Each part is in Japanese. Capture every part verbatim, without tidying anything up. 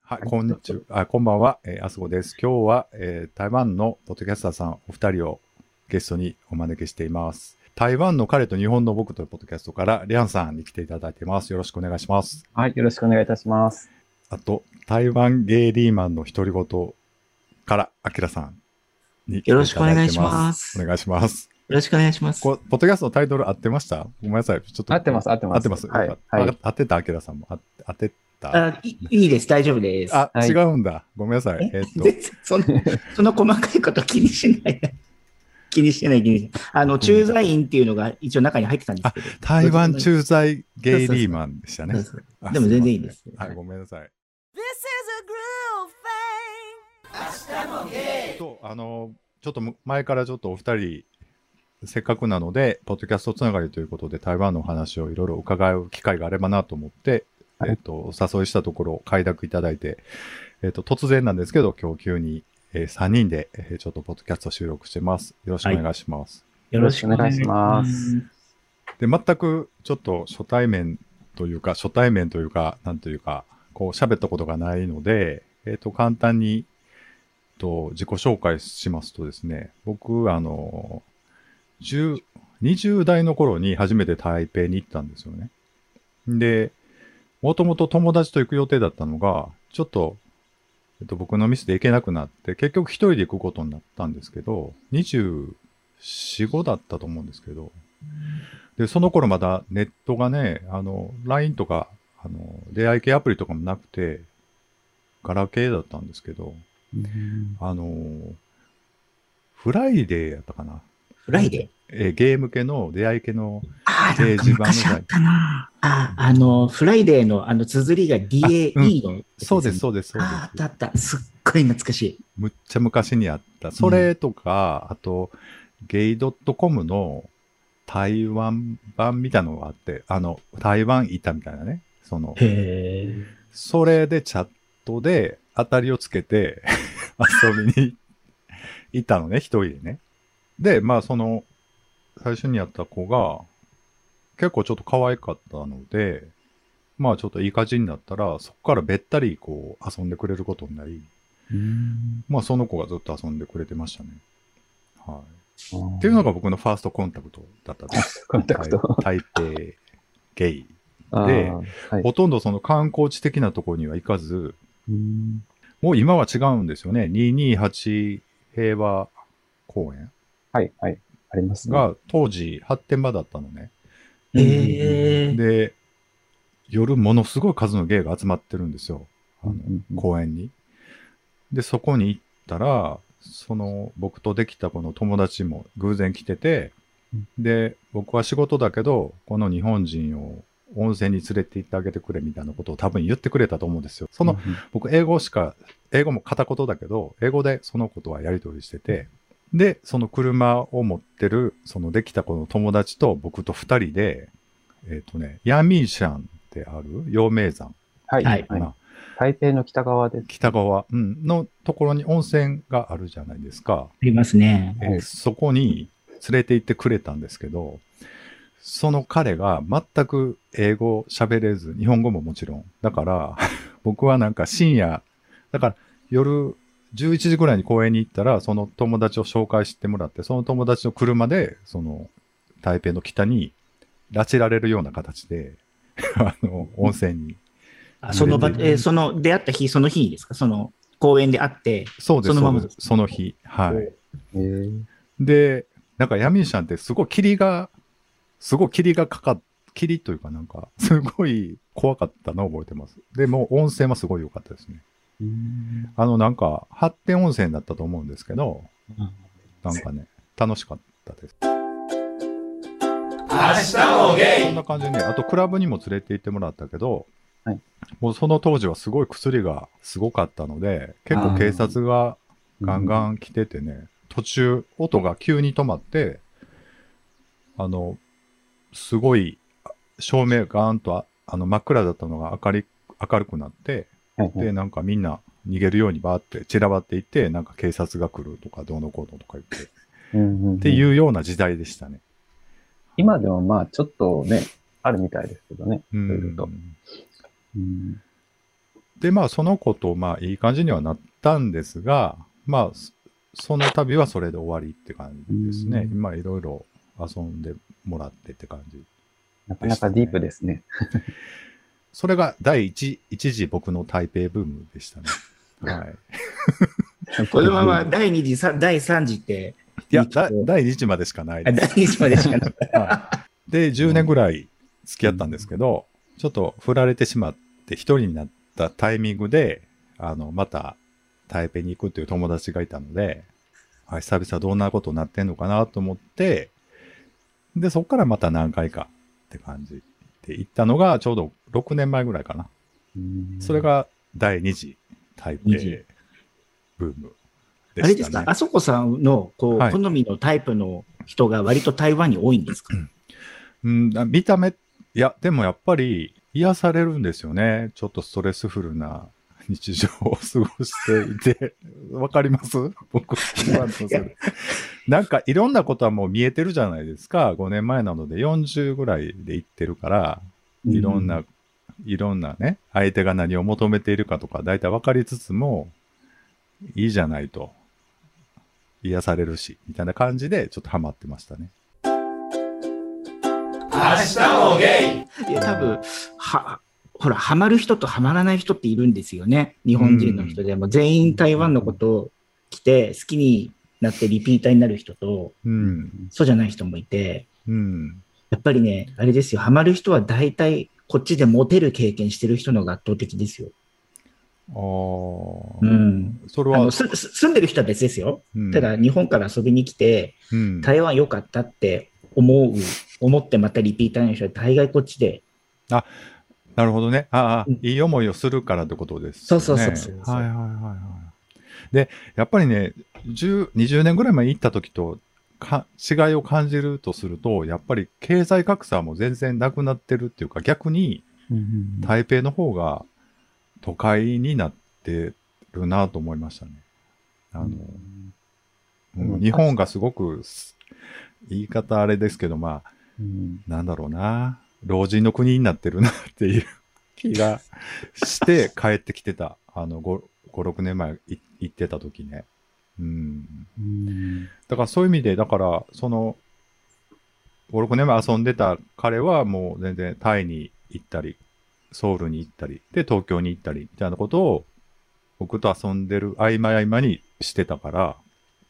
はい、こんにちは。あ、こんばんは。えー、あすごです。今日は、えー台湾のポッドキャスターさんお二人をゲストにお招きしています。台湾の彼と日本の僕というポッドキャストからリャンさんに来ていただいています。よろしくお願いします。 はい、よろしくお願いいたします。 あと、台湾ゲイリーマンの独り言からあきらさんに来よろていただいしくお願いしてます。 ます。よお願いします。 ろしくお願いします。 こうポッドキャストのタイトル合ってました？ごめんなさい。ちょっと。 合ってます、合ってます。 合ってます。 はいよかったはいあ合ってた、あきらさんも。あ当てた。 あいいいです、大丈夫です。 あ、 はい違うんだ。ごめんなさい。ええーっと。 全然その、その細かいこと気にしない。気にしてない、気にしてない。あの、駐在員っていうのが一応中に入ってたんですけど。 台湾駐在ゲイリーマンでしたね。 そうそうあでも全然いいです。 はい、ごめんなさい。 This is a groove thing. と、あの、ちょっと前からちょっとお二人、せっかくなので、ポッドキャストつながりということで、台湾の話をいろいろ伺う機会があればなと思って、 はいえっと、お誘いしたところ、快諾いただいて、えっと、突然なんですけど、今日急に、えー、さんにんで、えー、ちょっとポッドキャスト収録してます。よろしくお願いします。 よろしくお願いしよろしくお願いします。 で、全くちょっと初対面というか、初対面というか、なんというか、こう喋ったことがないので、えっと、簡単に、と、自己紹介しますとですね、僕、あの、じゅう、にじゅう代の頃に初めて台北に行ったんですよね。で、もともと友達と行く予定だったのが、ちょっと、えっと、僕のミスで行けなくなって、結局一人で行くことになったんですけど、にじゅうよん、ごだったと思うんですけど、で、その頃まだネットがね、あの、ライン とか、あの、出会い系アプリとかもなくて、ガラケーだったんですけど、あの、フライデーやったかな。 フライデー。 えーゲーム系の出会い系の、 ああ、なんか昔あったな。あ、あの、フライデーのあの、綴りが ディーエーイー の、 そうです、そうです、そうです。 ああ、あったあった。すっごい懐かしい。 むっちゃ昔にあった。それとか、あと、ゲイドットコム の台湾版みたいなのがあって、あの、台湾板みたいなね。その、 へえ。 それでチャットで当たりをつけて遊びに行ったのね、一人でね。で、まあその、最初にやった子が、結構ちょっと可愛かったので、まあちょっといい感じになったら、そこからべったりこう遊んでくれることになり、まあその子がずっと遊んでくれてましたね。はい。っていうのが僕のファーストコンタクトだったです。 コンタクト。 台台北ゲイ。 あーではいほとんどその観光地的なところには行かず、 うんもう今は違うんですよね。にひゃくにじゅうはち平和公園はい、はい。ありますね。 が当時発展場だったのね。 へえ。 で、夜ものすごい数のゲイが集まってるんですよ。あのうんうんうん公園に。で、そこに行ったら、その僕とできたこの友達も偶然来てて、で、僕は仕事だけど、この日本人を温泉に連れて行ってあげてくれみたいなことを多分言ってくれたと思うんですよ。その、 うんうん僕英語しか、英語も片言だけど、英語でそのことはやり取りしてて、で、その車を持ってる、そのできたこの友達と僕と二人で、えっ、とね、ヤミーシャンってある陽明山はい、 はいはい。 な、 台北の北側です。 北側、うん、のところに温泉があるじゃないですか。 ありますね。 えーはいそこに連れて行ってくれたんですけど、その彼が全く英語喋れず、日本語ももちろん。だから、僕はなんか深夜、だから夜じゅういちじぐらいに公園に行ったら、その友達を紹介してもらって、その友達の車で、その台北の北に拉致られるような形で、あの、温泉に。 あその場、えーその、出会った日、その日にですか？その、公園で会って、 そうです、 そのままそうです。その日。はい。 へーで、なんかヤミーシャンってすごい霧が、すごい霧がかかっ、霧というかなんか、すごい怖かったのを覚えてます。でも温泉はすごい良かったですね。 うんあのなんか、発展温泉だったと思うんですけど、 うんなんかね、楽しかったです。 明日もゲそんな感じでね、あとクラブにも連れて行ってもらったけど、 はいもうその当時はすごい薬がすごかったので、結構警察がガンガン来ててね、途中音が急に止まって、あの、すごい照明ガーンとああの真っ暗だったのが明るい明るくなって、 はいはいで、なんかみんな逃げるようにバーって散らばっていって、なんか警察が来るとかどうのこうのとか言って、っうんうんうんていうような時代でしたね。 今でもまあちょっとね、あるみたいですけどね。 ういろいろとん。 うんで、まあ、その子と、まあ、いい感じにはなったんですが、まあ、そその旅はそれで終わりって感じですね。 うん今、いろいろ遊んでもらってって感じ。 なかなかディープですね。 それが第一、一次僕の台北ブームでしたね。はい。 このまま第二次、さ第三次って、 いや、 いいけどだ第二次までしかないあです。 第二次までしかない。 はい、で、じゅうねんぐらい付き合ったんですけど、ちょっと振られてしまって一人になったタイミングで、あの、また台北に行くっていう友達がいたので、あ、久々どんなことになってんのかなと思って、で、そこからまた何回かって感じで行ったのがちょうどろくねんまえぐらいかな。 うんそれが第二次台北二次ブームでしたね。 あれですか、あそこさんのこう、 はい好みのタイプの人が割と台湾に多いんですか？ うん、見た目、いや、でもやっぱり癒されるんですよね。ちょっとストレスフルな日常を過ごしていて、わかります僕、言わんとするなんかいろんなことはもう見えてるじゃないですか。ごねんまえなのでよんじゅうぐらいで行ってるから、いろんな、いろんなね、相手が何を求めているかとか、だいたいわかりつつも、いいじゃないと。癒されるし、みたいな感じでちょっとハマってましたね。 明日もゲイ。 いや、多分、は、ほら、ハマる人とハマらない人っているんですよね。日本人の人でも、全員台湾のことを来て、好きになってリピーターになる人と、 うん。 そうじゃない人もいて、 うん。 やっぱりね、あれですよ、ハマる人は大体、こっちでモテる経験してる人のが圧倒的ですよ。 ああ、 うん。 それは、 あの、す、す住んでる人は別ですよ。 うんただ、日本から遊びに来て、 うん、 台湾良かったって思う、思ってまたリピーターの人は大概こっちで、 なるほどね。ああ、 うんいい思いをするからってことです、ね。 そうそうそうそうはいはいはいはい。で、やっぱりね、じゅう、にじゅうねんぐらい前に行った時とか、違いを感じるとすると、やっぱり経済格差も全然なくなってるっていうか、逆にうん台北の方が都会になってるなと思いましたね。あの、 うんうん日本がすごく、言い方あれですけど、まあ、 うんなんだろうな。老人の国になってるなっていう気がして帰ってきてた。あの、ご、ご、ろくねんまえい行ってた時ね。うん。 うんだからそういう意味で、だから、その、ご、ろくねんまえ遊んでた彼はもう全然タイに行ったり、ソウルに行ったり、で、東京に行ったり、みたいなことを僕と遊んでる合間合間にしてたから、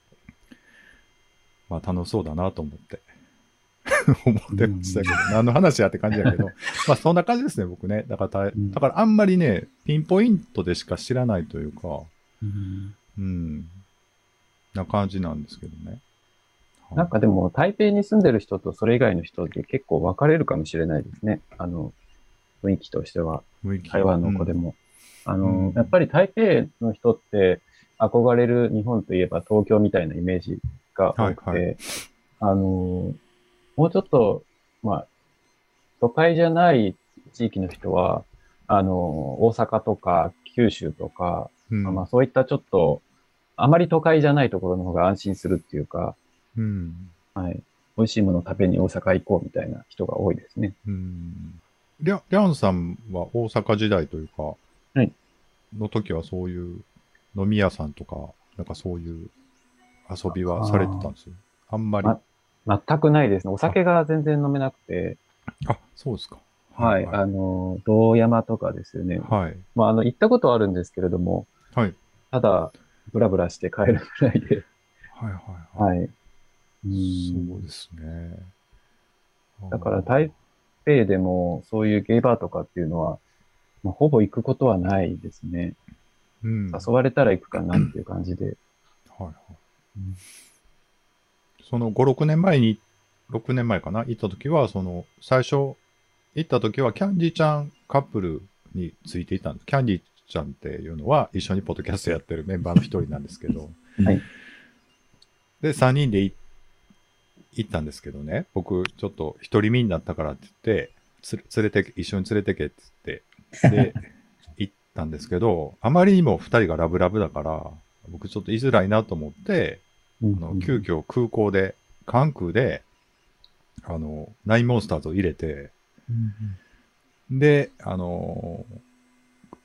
まあ楽しそうだなと思って。思ってましたけど、何の話やって感じだけど、まあそんな感じですね、僕ね。だからた、 んだからあんまりね、ピンポイントでしか知らないというか、 うんうん、な感じなんですけどね。 なんかでも、台北に住んでる人とそれ以外の人って結構分かれるかもしれないですね。あの、雰囲気としては、 雰囲気台湾の子でも。あの、 うんやっぱり台北の人って憧れる日本といえば東京みたいなイメージが多くて、 はいはあの、もうちょっと、まあ、都会じゃない地域の人は、あの、大阪とか九州とか、 うん、 まあそういったちょっと、あまり都会じゃないところの方が安心するっていうか、 うん、 はい。美味しいものを食べに大阪行こうみたいな人が多いですね。 うん。りゃ、りゃんさんは大阪時代というか、 はい。 の時はそういう飲み屋さんとか、なんかそういう遊びはされてたんですよ。あんまり。 あ全くないですね。お酒が全然飲めなくて、 あ、そうですか。 はい。 はあの、道山とかですよね。 い。はい。 まあ、あの、行ったことはあるんですけれども、 はい。 ただ、ブラブラして帰るぐらいで、 はい。はい。はい。 はい。うんそうですね。 だから台北でもそういうゲイバーとかっていうのは、まあ、ほぼ行くことはないですね。 うん。 誘われたら行くかなっていう感じで。 はいはい。 うんそのご、ろくねんまえに、ろくねんまえかな行った時は、その、最初、行った時はキャンディちゃんカップルについていたんです。キャンディちゃんっていうのは一緒にポッドキャストやってるメンバーの一人なんですけど。 はい。 で、さんにんでい行ったんですけどね、僕、ちょっと一人身になったからって言って、つ連れてけ、一緒に連れてけって言って、で、行ったんですけど、あまりにも二人がラブラブだから、僕ちょっと言いづらいなと思って、あの、急遽空港で、関空で、あの、ナインモンスターズを入れて、で、あの、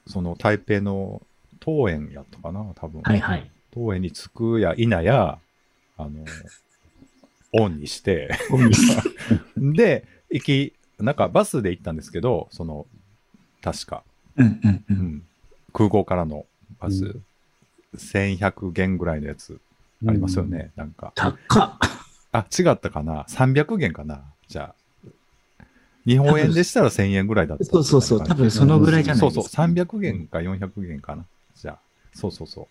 その台北の桃園やったかな、多分。 はいはい。 桃園に着くや否や、あの、オンにして、で、行き、なんかバスで行ったんですけど、その、確か。 うんうんう。 うんん、空港からのバス、 うん、 せんひゃくげんぐらいのやつありますよね、なんか。 高っ。 あ、違ったかな ?さんびゃくげんかなじゃあ。日本円でしたらせんえんぐらいだった。 そうそうそう。多分そのぐらいじゃないですか。 そうそう。さんびゃくげんかよんひゃくげんかな。じゃあ。そうそうそう。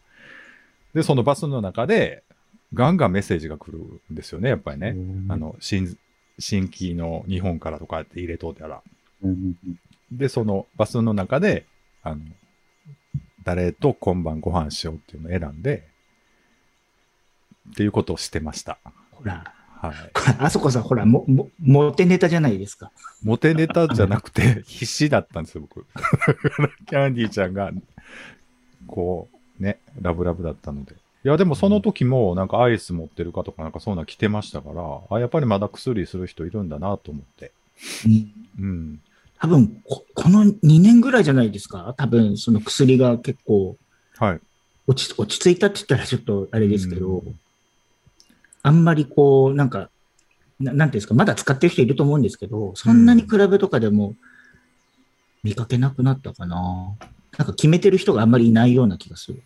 で、そのバスの中で、ガンガンメッセージが来るんですよね、やっぱりね。あの、新、新規の日本からとかって入れとったら。で、そのバスの中で、あの、誰と今晩ご飯しようっていうのを選んで、っていうことをしてました。 ほら。 はい。 あそこさん、ほら、も、も、モテネタじゃないですか。 モテネタじゃなくて、必死だったんですよ、僕。キャンディーちゃんが、こう、ね、ラブラブだったので。いや、でもその時も、なんかアイス持ってるかとかなんかそんな来てましたから、あ、やっぱりまだ薬する人いるんだなと思って。 うん。 うん。 多分こ、このにねんぐらいじゃないですか。多分、その薬が結構、 はい。 落ち、落ち着いたって言ったらちょっとあれですけど、 うん、 あんまりこう、なんか、ななんていうんですか、まだ使ってる人いると思うんですけど、そんなにクラブとかでも見かけなくなったかな。なんか決めてる人があんまりいないような気がする。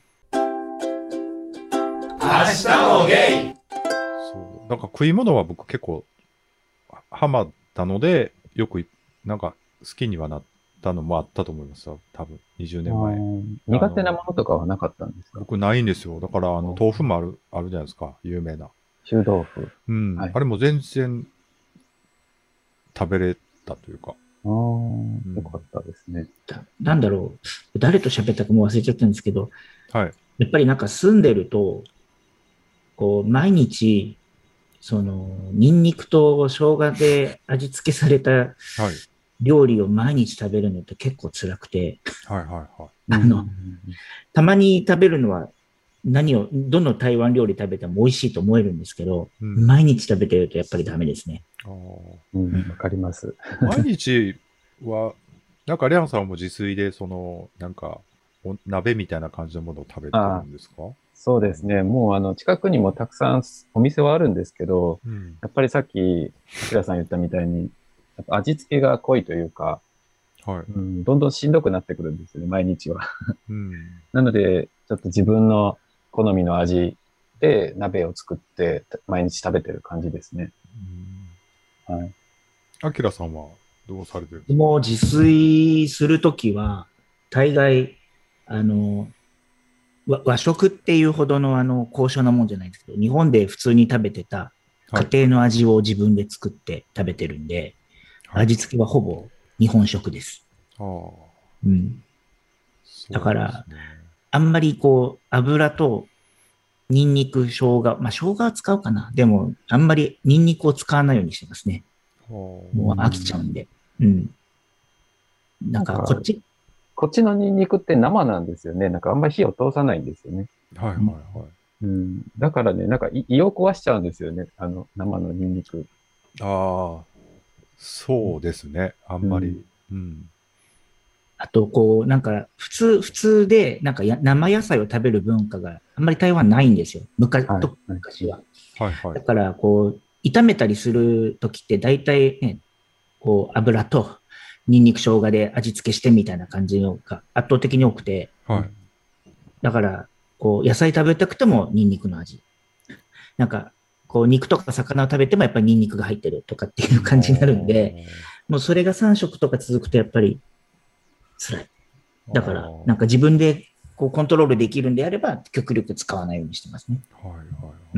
明日もゲイ。 そう。なんか食い物は僕結構、ハマったので、よく、なんか好きにはなったのもあったと思いますよ。多分、にじゅうねんまえ。 苦手なものとかはなかったんですか？ 僕ないんですよ。だから、あの、豆腐もある、あるじゃないですか。有名な。 臭豆腐。 うん。 はい、 あれも全然食べれたというか。 ああ、よかったですね。 なんだろう。誰と喋ったかもう忘れちゃったんですけど、 はい。 やっぱりなんか住んでると、こう、毎日、その、ニンニクと生姜で味付けされたはい。 料理を毎日食べるのって結構辛くて、 はいはいはい。 あの、たまに食べるのは何を、どの台湾料理食べても美味しいと思えるんですけど、うん、毎日食べてるとやっぱりダメですね。 ああ、うん、わかります。 毎日は、なんかレアンさんも自炊で、その、なんか、鍋みたいな感じのものを食べてるんですか？ そうですね。もうあの、近くにもたくさんお店はあるんですけど、うん、やっぱりさっき、あさん言ったみたいに、やっぱ味付けが濃いというか、はい、うん、どんどんしんどくなってくるんですよね、毎日は。うん、なので、ちょっと自分の好みの味で鍋を作って毎日食べてる感じですね。 うん、はい。あきらさんはどうされてるんですか？ もう自炊するときは、大概、あの、和食っていうほどのあの高尚なもんじゃないんですけど、日本で普通に食べてた家庭の味を自分で作って食べてるんで、はい、味付けはほぼ日本食です。はあ、うん。だから、ね、あんまりこう、油とニンニク、生姜、まあ生姜は使うかな。でも、あんまりニンニクを使わないようにしてますね。はあ、もう飽きちゃうんで。うん。なんか、こっち、 こっちのニンニクって生なんですよね。なんかあんまり火を通さないんですよね。 はいはいはい。 うん、だからね、なんか胃を壊しちゃうんですよね。あの、生のニンニク。 ああ、そうですね。あんまり。うん。うん、 あと、こう、なんか、普通、普通で、なんかや、生野菜を食べる文化があんまり台湾ないんですよ。昔、はい、と昔は。はいはい。だから、こう、炒めたりするときって、大体ね、こう、油と、ニンニク生姜で味付けしてみたいな感じのが圧倒的に多くて。はい。だから、こう、野菜食べたくてもニンニクの味。なんか、こう、肉とか魚を食べてもやっぱりニンニクが入ってるとかっていう感じになるんで、もうそれがさん食とか続くとやっぱり辛い。だから、なんか自分でこうコントロールできるんであれば、極力使わないようにしてますね。はいはい、はい。うん。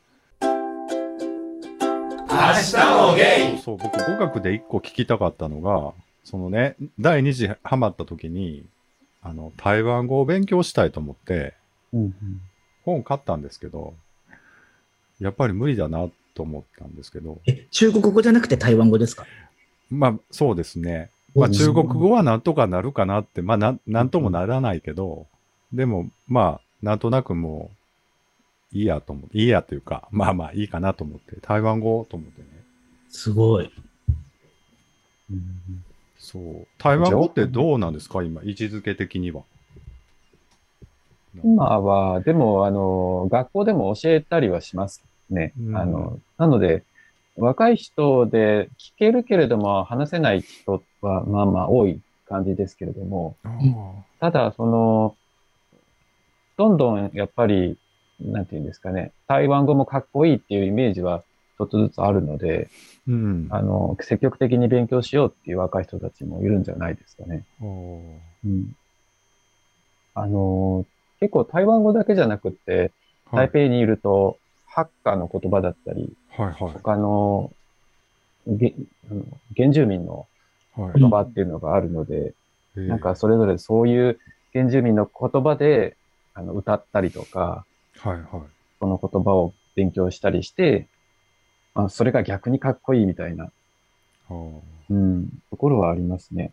明日もゲイ。 そう、僕語学で一個聞きたかったのが、そのね、第二次ハマった時に、あの、台湾語を勉強したいと思って、うんうん、本買ったんですけど、やっぱり無理だなと思ったんですけど。 え、中国語じゃなくて台湾語ですか？ まあ、そうですね。まあ、中国語はなんとかなるかなって、まあ、なん、なんともならないけど、でも、まあ、なんとなくもう、いいやと思って、いいやというか、まあまあいいかなと思って、台湾語と思ってね。 すごい。 うん、 そう。台湾語ってどうなんですか今、位置づけ的には。 今は、でも、あの、学校でも教えたりはしますね。うん、あの、なので、若い人で聞けるけれども話せない人は、まあまあ多い感じですけれども、ただ、その、どんどんやっぱり、なんていうんですかね、台湾語もかっこいいっていうイメージはちょっとずつあるので、うん、あの、積極的に勉強しようっていう若い人たちもいるんじゃないですかね。うん、あの、結構台湾語だけじゃなくって、台北にいると、ハッカの言葉だったり、はいはい、他の、げあの原住民の言葉っていうのがあるので、はい、なんかそれぞれそういう原住民の言葉であの歌ったりとか、はいはい、その言葉を勉強したりして、まあ、それが逆にかっこいいみたいな、うん、ところはありますね。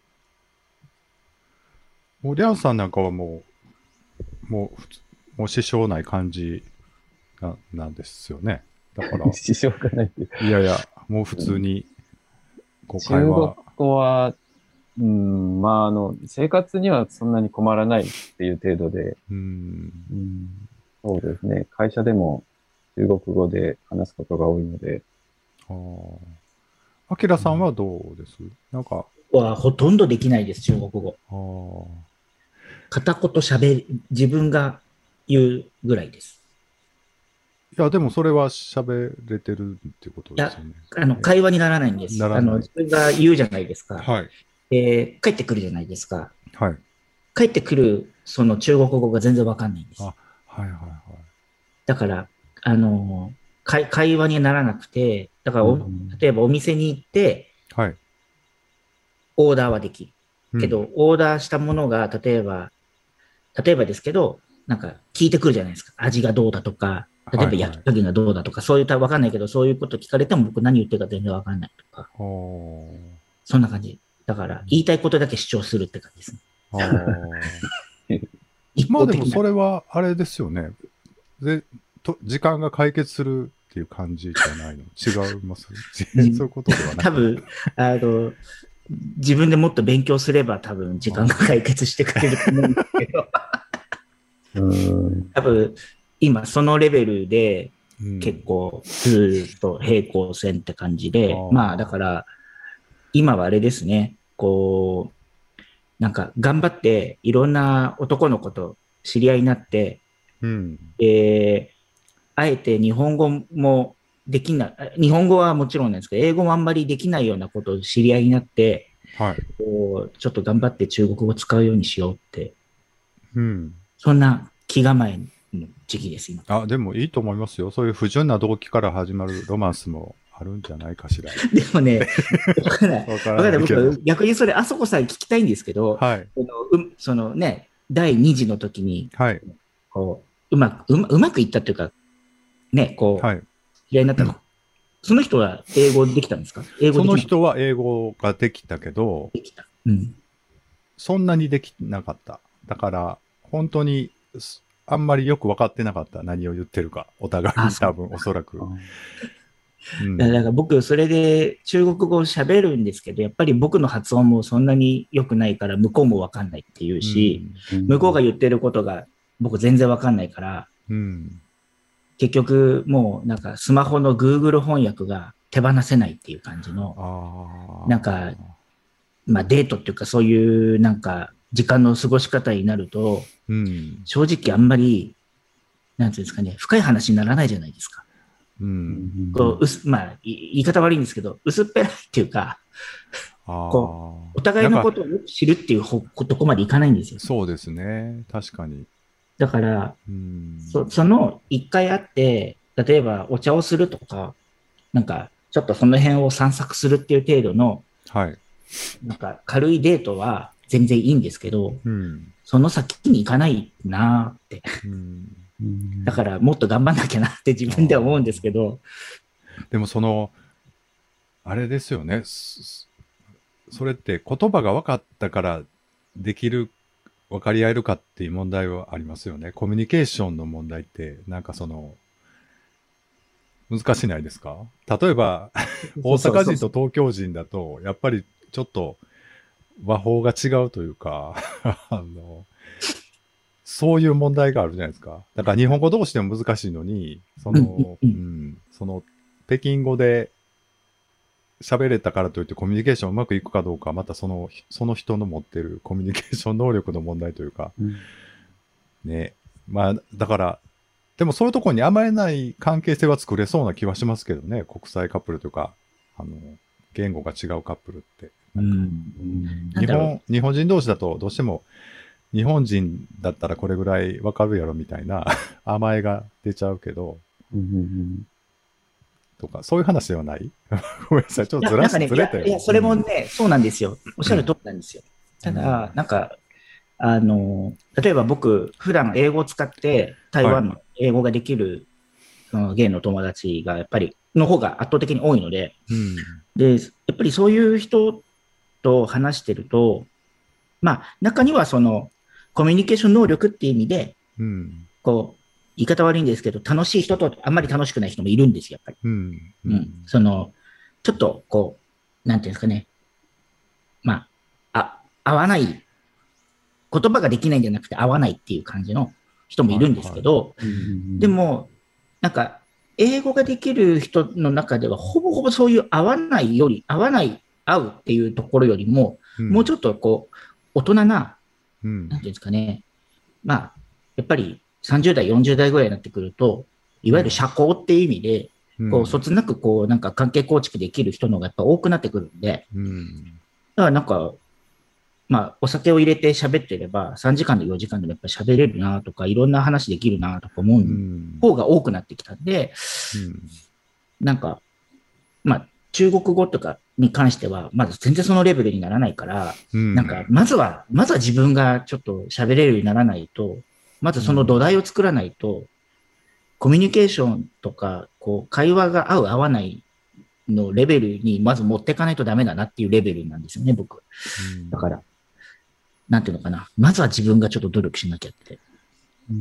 もうリャンさんなんかはもう、もう、もう支障ない感じな、なんですよね。だから。 支障がないっていう。 いやいや、もう普通に、 こう会話。中国語は、うん、まあ、あの、生活にはそんなに困らないっていう程度で、うん、うん、そうですね。会社でも中国語で話すことが多いので。 あきらさんはどうです、うん、なんか。 はほとんどできないです、中国語。片言喋り、自分が言うぐらいです。 いや、でもそれは喋れてるっていうことですよね。 いや、あの、会話にならないんです。あの、自分が言うじゃないですか。はい。えー、帰ってくるじゃないですか。はい。帰ってくる、その中国語が全然わかんないんです。あ、はいはいはい。だから、あの、会会話にならなくて、だから、うん、例えばお店に行って、はい。オーダーはできる。けど、うん、オーダーしたものが、例えば、例えばですけど、なんか聞いてくるじゃないですか。味がどうだとか、例えば焼き加減がどうだとか、はいはい、そういうたわかんないけど、そういうこと聞かれても僕何言ってるか全然わかんないとか。そんな感じ。だから、言いたいことだけ主張するって感じですね。 まあでもそれは、あれですよね。でと、時間が解決するっていう感じじゃないの違いますそういうことではない。 多分、あの、自分でもっと勉強すれば多分時間が解決してくれると思うんですけど。多分、今そのレベルで結構ずっと平行線って感じで、うん、まあだから今はあれですね、こう、なんか頑張っていろんな男の子と知り合いになって、うん、えー、あえて日本語もできない、日本語はもちろんなんですけど、英語もあんまりできないようなことを知り合いになって、はい、こうちょっと頑張って中国語を使うようにしようって、うん、そんな気構えの時期です、今。 あ、でもいいと思いますよ。そういう不純な動機から始まるロマンスもあるんじゃないかしら。 でもね、わからない。わからない。僕、逆にそれ、あそこさん聞きたいんですけど、はい、そのうそのね、だいに次の時に、はい、こう、うまく、うまうまくいったっていうか、ね、こう、はい、嫌いになったの。その人は英語できたんですか？英語できた。 その人は英語ができたけど、できた。うん。そんなにできなかった。だから、本当に、あんまりよく分かってなかった。何を言ってるか。お互いに多分、おそらく。 うん、だから僕、それで中国語を喋るんですけど、やっぱり僕の発音もそんなに良くないから、向こうも分かんないっていうし、うん、向こうが言ってることが僕全然分かんないから、うん、結局もうなんかスマホの Google 翻訳が手放せないっていう感じの、なんか、まあデートっていうかそういうなんか時間の過ごし方になると、うん、正直あんまり、なんていうんですかね、深い話にならないじゃないですか。うん、こううすまあ、言い方悪いんですけど、薄っぺらいっていうか、こうお互いのことをよく知るっていうとこまでいかないんですよ。 そうですね。確かに。 だから、うん、そ, その一回会って、例えばお茶をするとか、なんか、ちょっとその辺を散策するっていう程度の、はい、なんか軽いデートは全然いいんですけど、うん、その先に行かないなーって。うんだからもっと頑張んなきゃなって自分では思うんですけど。 でもその、あれですよね。それって言葉が分かったからできる、分かり合えるかっていう問題はありますよね。コミュニケーションの問題って、なんかその、難しいないですか？例えば、大阪人と東京人だと、やっぱりちょっと和法が違うというか、あの、そういう問題があるじゃないですか。だから日本語同士でも難しいのに、その、うん、その、北京語で喋れたからといってコミュニケーションうまくいくかどうか、またその、その人の持ってるコミュニケーション能力の問題というか、うん、ね。まあ、だから、でもそういうところに甘えない関係性は作れそうな気はしますけどね。国際カップルというか、あの、言語が違うカップルって。うん、日本、日本人同士だとどうしても、日本人だったらこれぐらいわかるやろみたいな甘えが出ちゃうけど、うんうんうん、とか、そういう話ではないごめんなさい、ちょっとずらし、 ね、 ずれたよ。 いや、いやそれもね、うん、そうなんですよ。おっしゃる通りなんですよ。うん、ただ、なんか、あの、例えば僕、普段英語を使って台湾の英語ができる、はい、ゲイの友達がやっぱり、の方が圧倒的に多いので、うん、で、やっぱりそういう人と話してると、まあ、中にはその、コミュニケーション能力っていう意味で、うん、こう、言い方悪いんですけど、楽しい人とあんまり楽しくない人もいるんですよ、やっぱり。うんうん、その、ちょっと、こう、なんていうんですかね。まあ、あ、合わない、言葉ができないんじゃなくて合わないっていう感じの人もいるんですけど、はいはい、でも、なんか、英語ができる人の中では、ほぼほぼそういう合わないより、合わない、合うっていうところよりも、うん、もうちょっとこう、大人な、うん、なんていうんですかね。まあ、やっぱりさんじゅう代、よんじゅう代ぐらいになってくると、いわゆる社交っていう意味で、うん、こう、そつなくこう、なんか関係構築できる人の方がやっぱ多くなってくるんで、うん、だからなんか、まあ、お酒を入れて喋ってれば、さんじかんでよじかんでもやっぱり喋れるなとか、いろんな話できるなとか思う方が多くなってきたんで、うん、なんか、まあ、中国語とかに関しては、まず全然そのレベルにならないから、うん、なんか、まずは、まずは自分がちょっと喋れるようにならないと、まずその土台を作らないと、うん、コミュニケーションとか、こう、会話が合う合わないのレベルにまず持っていかないとダメだなっていうレベルなんですよね、僕。うん、だから、なんていうのかな。まずは自分がちょっと努力しなきゃって。うん。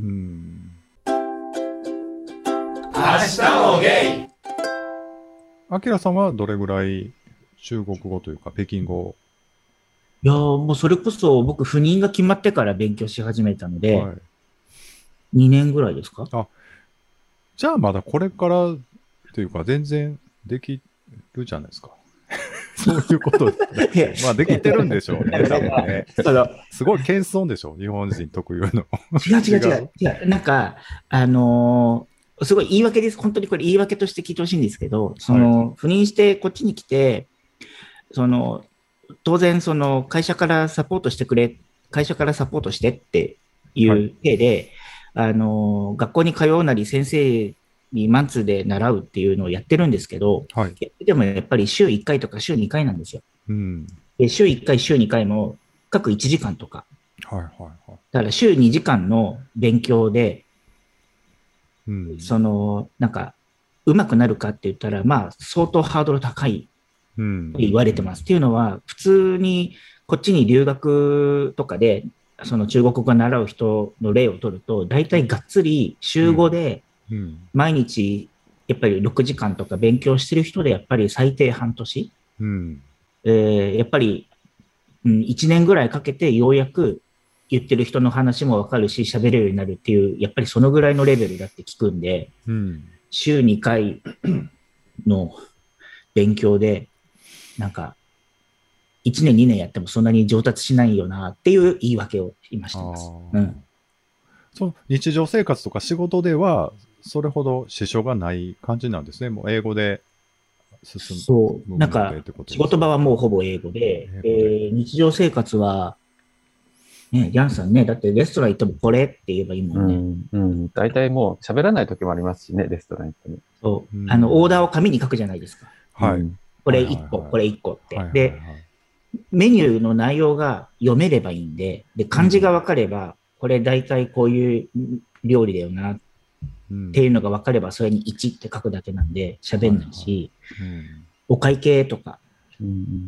明日もゲイ。 アキラさんはどれぐらい中国語というか北京語？ いやーもうそれこそ僕赴任が決まってから勉強し始めたので、はい、にねんぐらいですか？ あ、じゃあまだこれからというか全然できるじゃないですか。そういうことで、まあできてるんでしょうね。多分ねすごい謙遜でしょ、日本人特有の。 違う違う違う。違うなんか、あのーすごい言い訳です。本当にこれ言い訳として聞いてほしいんですけど、その、赴任してこっちに来て、その、当然その会社からサポートしてくれ、会社からサポートしてっていう手で、はい、あの、学校に通うなり先生にマンツーで習うっていうのをやってるんですけど、はい、でもやっぱり週いっかいとか週にかいなんですよ。うん、で週いっかい、週にかいも各いちじかんとか。はいはいはい、だから週にじかんの勉強で、うん、その、なんか、上手くなるかって言ったら、まあ、相当ハードル高いと言われてます。うん、っていうのは、普通にこっちに留学とかで、その中国語を習う人の例を取ると、大体がっつり週ごで、毎日、やっぱりろくじかんとか勉強してる人で、やっぱり最低半年、うんえー、やっぱり、うん、いちねんぐらいかけてようやく、言ってる人の話もわかるし、喋れるようになるっていう、やっぱりそのぐらいのレベルだって聞くんで、うん、週にかいの勉強で、なんか、いちねんにねんやってもそんなに上達しないよなっていう言い訳を今してます。うん、 その日常生活とか仕事では、それほど支障がない感じなんですね。もう英語で進む。 そう。なんか、仕事場はもうほぼ英語で、英語でえー、日常生活は、ね、ジャンさんね、だってレストラン行ってもこれって言えばいいもんね。 うん。うん。大体もう喋らない時もありますしね、レストラン行っても。 そう。うん、あの、オーダーを紙に書くじゃないですか。はい。これいっこ、これいっこって。はいはいはい、で、メニューの内容が読めればいいんで、で、漢字が分かれば、これ大体こういう料理だよな、っていうのが分かれば、それにいちって書くだけなんで喋んないし、はいはいうん、お会計とか、うん、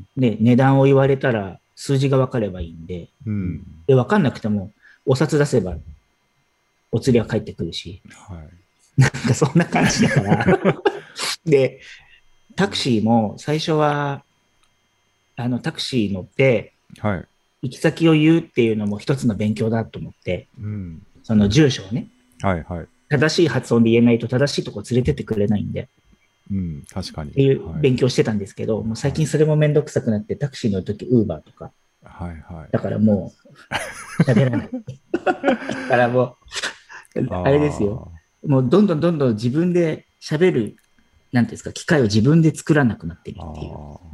で、値段を言われたら、数字が分かればいいんで、うん、で分かんなくてもお札出せばお釣りは返ってくるし、はい、なんかそんな感じだからでタクシーも最初はあのタクシー乗ってはい。 行き先を言うっていうのも一つの勉強だと思って、 うん、 その住所をね、 はいはい。 正しい発音で言えないと正しいとこ連れてってくれないんで、 うん、確かに。 っていう勉強してたんですけど、はい、もう最近それもめんどくさくなって、タクシー乗るときウーバーとか。 はいはい。 だからもう、喋らない。だからもう、あれですよ。もうどんどんどんどん自分で喋る、なんていうんですか、機会を自分で作らなくなってるっていう。うん、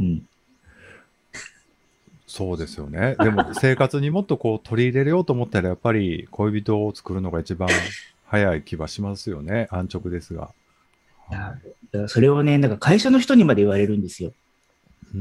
そうですよね。でも生活にもっとこう取り入れようと思ったら、やっぱり恋人を作るのが一番早い気はしますよね。安直ですが。 いや、だからそれをね、なんか会社の人にまで言われるんですよ。 うん。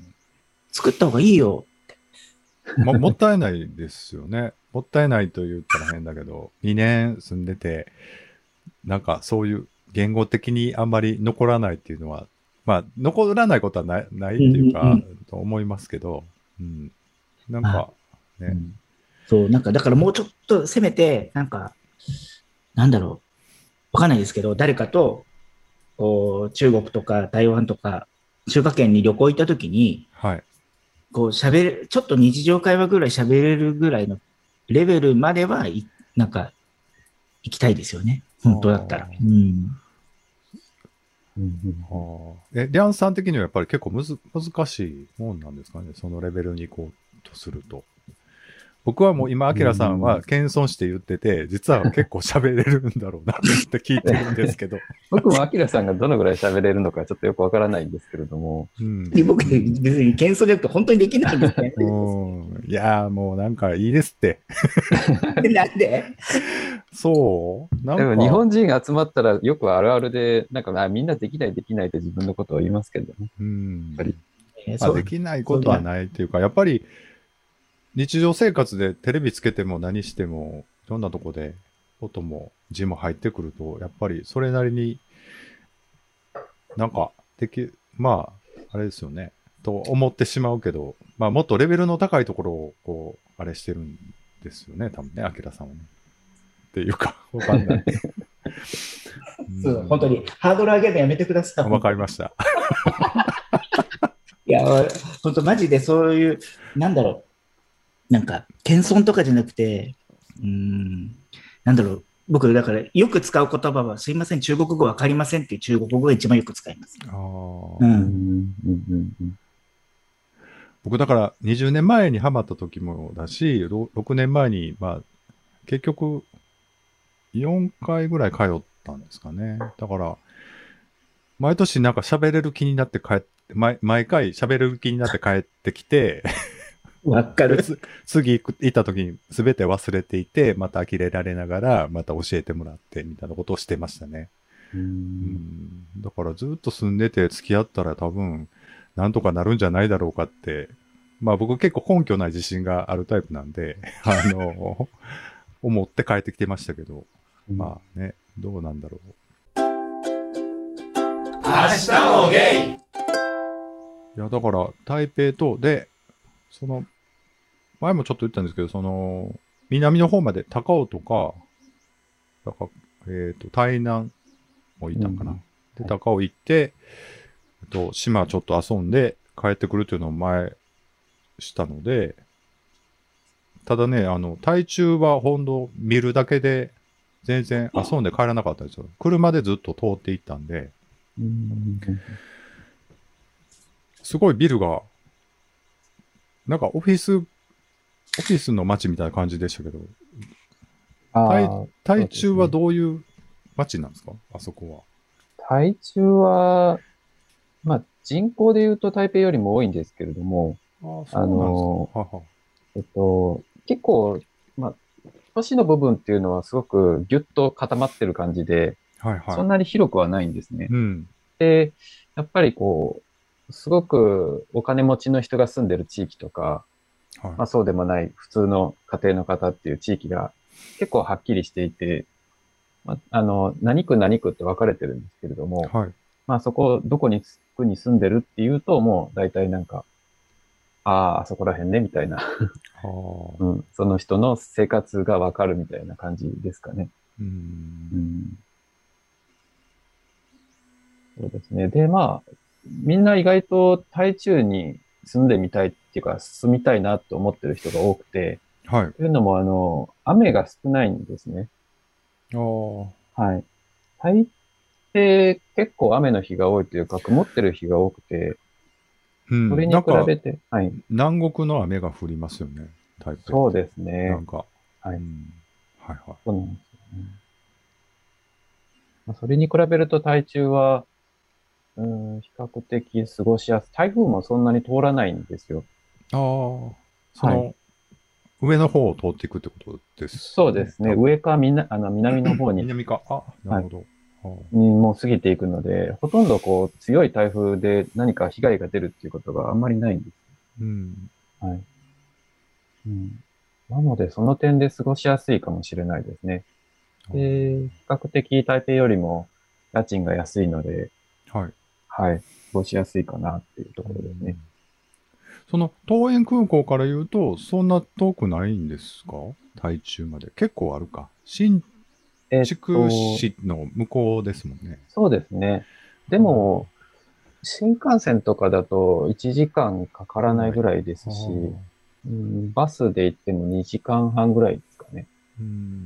作った方がいいよって。も、もったいないですよね。もったいないと言ったら変だけど、にねん住んでて、なんかそういう言語的にあんまり残らないっていうのは、まあ、残らないことはない、ないっていうか、うんうんうん、と思いますけど、うん。なんか、ね、うん。 そう、なんか、だからもうちょっとせめて、なんか、なんだろう。わかんないですけど、誰かと、中国とか台湾とか、中華圏に旅行行った時に、 はい。 こう喋る、ちょっと日常会話ぐらい喋れるぐらいのレベルまでは、なんか、行きたいですよね。本当だったら。うん。 うんうん、え、リャンさん的にはやっぱり結構むず難しいもんなんですかね、そのレベルに行こうとすると。僕はもう今、アキラさんは謙遜して言ってて、実は結構喋れるんだろうなって聞いてるんですけど。 僕もアキラさんがどのぐらい喋れるのかちょっとよくわからないんですけれども。 うん、僕、別に謙遜じゃなくて本当にできないんですね。 うんいやーもうなんかいいですって。 なんでそうなんかでも日本人集まったらよくあるあるで、なんかみんなできないできないって自分のことを言いますけどね。 うん。 やっぱり。 まあ、できないことはないっていうか、やっぱり日常生活でテレビつけても何しても、いろんなとこで音も字も入ってくると、やっぱりそれなりになんかでき、まあ、あれですよね。と思ってしまうけど、まあもっとレベルの高いところをこう、あれしてるんですよね、多分ね、アキラさんはね。っていうか、わかんない。 そう、本当に、ハードル上げるのやめてください。 わかりました。 いや、本当マジでそういう、なんだろう。なんか、謙遜とかじゃなくて、うーん、なんだろう。僕、だから、よく使う言葉は、すいません、中国語わかりませんっていう中国語が一番よく使います。あうん、 僕、だから、にじゅうねんまえにハマった時もだし、ろくねんまえに、まあ、結局、よんかいぐらい通ったんですかね。だから、毎年なんか喋れる気になって帰って、毎毎回喋れる気になって帰ってきて、 わかる。 次行った時に全て忘れていて、また呆れられながら、また教えてもらって、みたいなことをしてましたね。うんうんだからずっと住んでて付き合ったら多分、なんとかなるんじゃないだろうかって、まあ僕結構根拠ない自信があるタイプなんで、あの、思って帰ってきてましたけど、うん、まあね、どうなんだろう。 明日もゲイいや、だから、台北と、で、その、前もちょっと言ったんですけど、その、南の方まで高尾とか、だから、えっ、ー、と、台南もいたんかな。うん、で、高尾行って、えっと、島ちょっと遊んで帰ってくるっていうのを前したので、ただね、あの、台中は本土見るだけで、全然遊んで帰らなかったんですよ。車でずっと通っていったんで、うん、すごいビルが、なんかオフィス、オフィスの街みたいな感じでしたけど、台, 台中はどういう街なんですか、あそこは。台中は、まあ人口で言うと台北よりも多いんですけれども、 あ, あ, あの、ははえっと、結構、まあ、都市の部分っていうのはすごくギュッと固まってる感じで、はいはい、そんなに広くはないんですね。うん、で、やっぱりこう、すごくお金持ちの人が住んでる地域とか、はい、まあそうでもない普通の家庭の方っていう地域が結構はっきりしていて、まあ、あの、何区何区って分かれてるんですけれども、はい、まあそこ、どこに区に住んでるっていうと、もう大体なんか、ああ、あそこら辺ね、みたいな、うん。その人の生活が分かるみたいな感じですかね。うん、うん、そうですね。で、まあ、みんな意外と台中に住んでみたいっていうか、住みたいなって思ってる人が多くて、 はい。 というのも、あの、雨が少ないんですね。 ああ。 はい。大抵結構雨の日が多いというか、曇ってる日が多くて、 うん。 それに比べて、はい。 南国の雨が降りますよね、台北。 そうですね。 なんか。 はい。 うん、はいはい。 そうなんですよね。まあ、それに比べると台中は、うん、比較的過ごしやすい。台風もそんなに通らないんですよ。 ああ。その、はい、上の方を通っていくってことです、ね、 そうですね。上かみな、あの、南の方に。 南か。あ、なるほど。はいにもう過ぎていくので、ほとんどこう強い台風で何か被害が出るっていうことがあんまりないんです。 うん。 はい。うん。なので、その点で過ごしやすいかもしれないですね。で、比較的台北よりも家賃が安いので、 はい。 はい。過ごしやすいかなっていうところですね。うん、 その、桃園空港から言うと、そんな遠くないんですか？台中まで。結構あるか。新筑市の向こうですもんね。 そうですね。でも、新幹線とかだといちじかんかからないぐらいですし、うん、バスで行ってもにじかんはんぐらいですかね。 うん。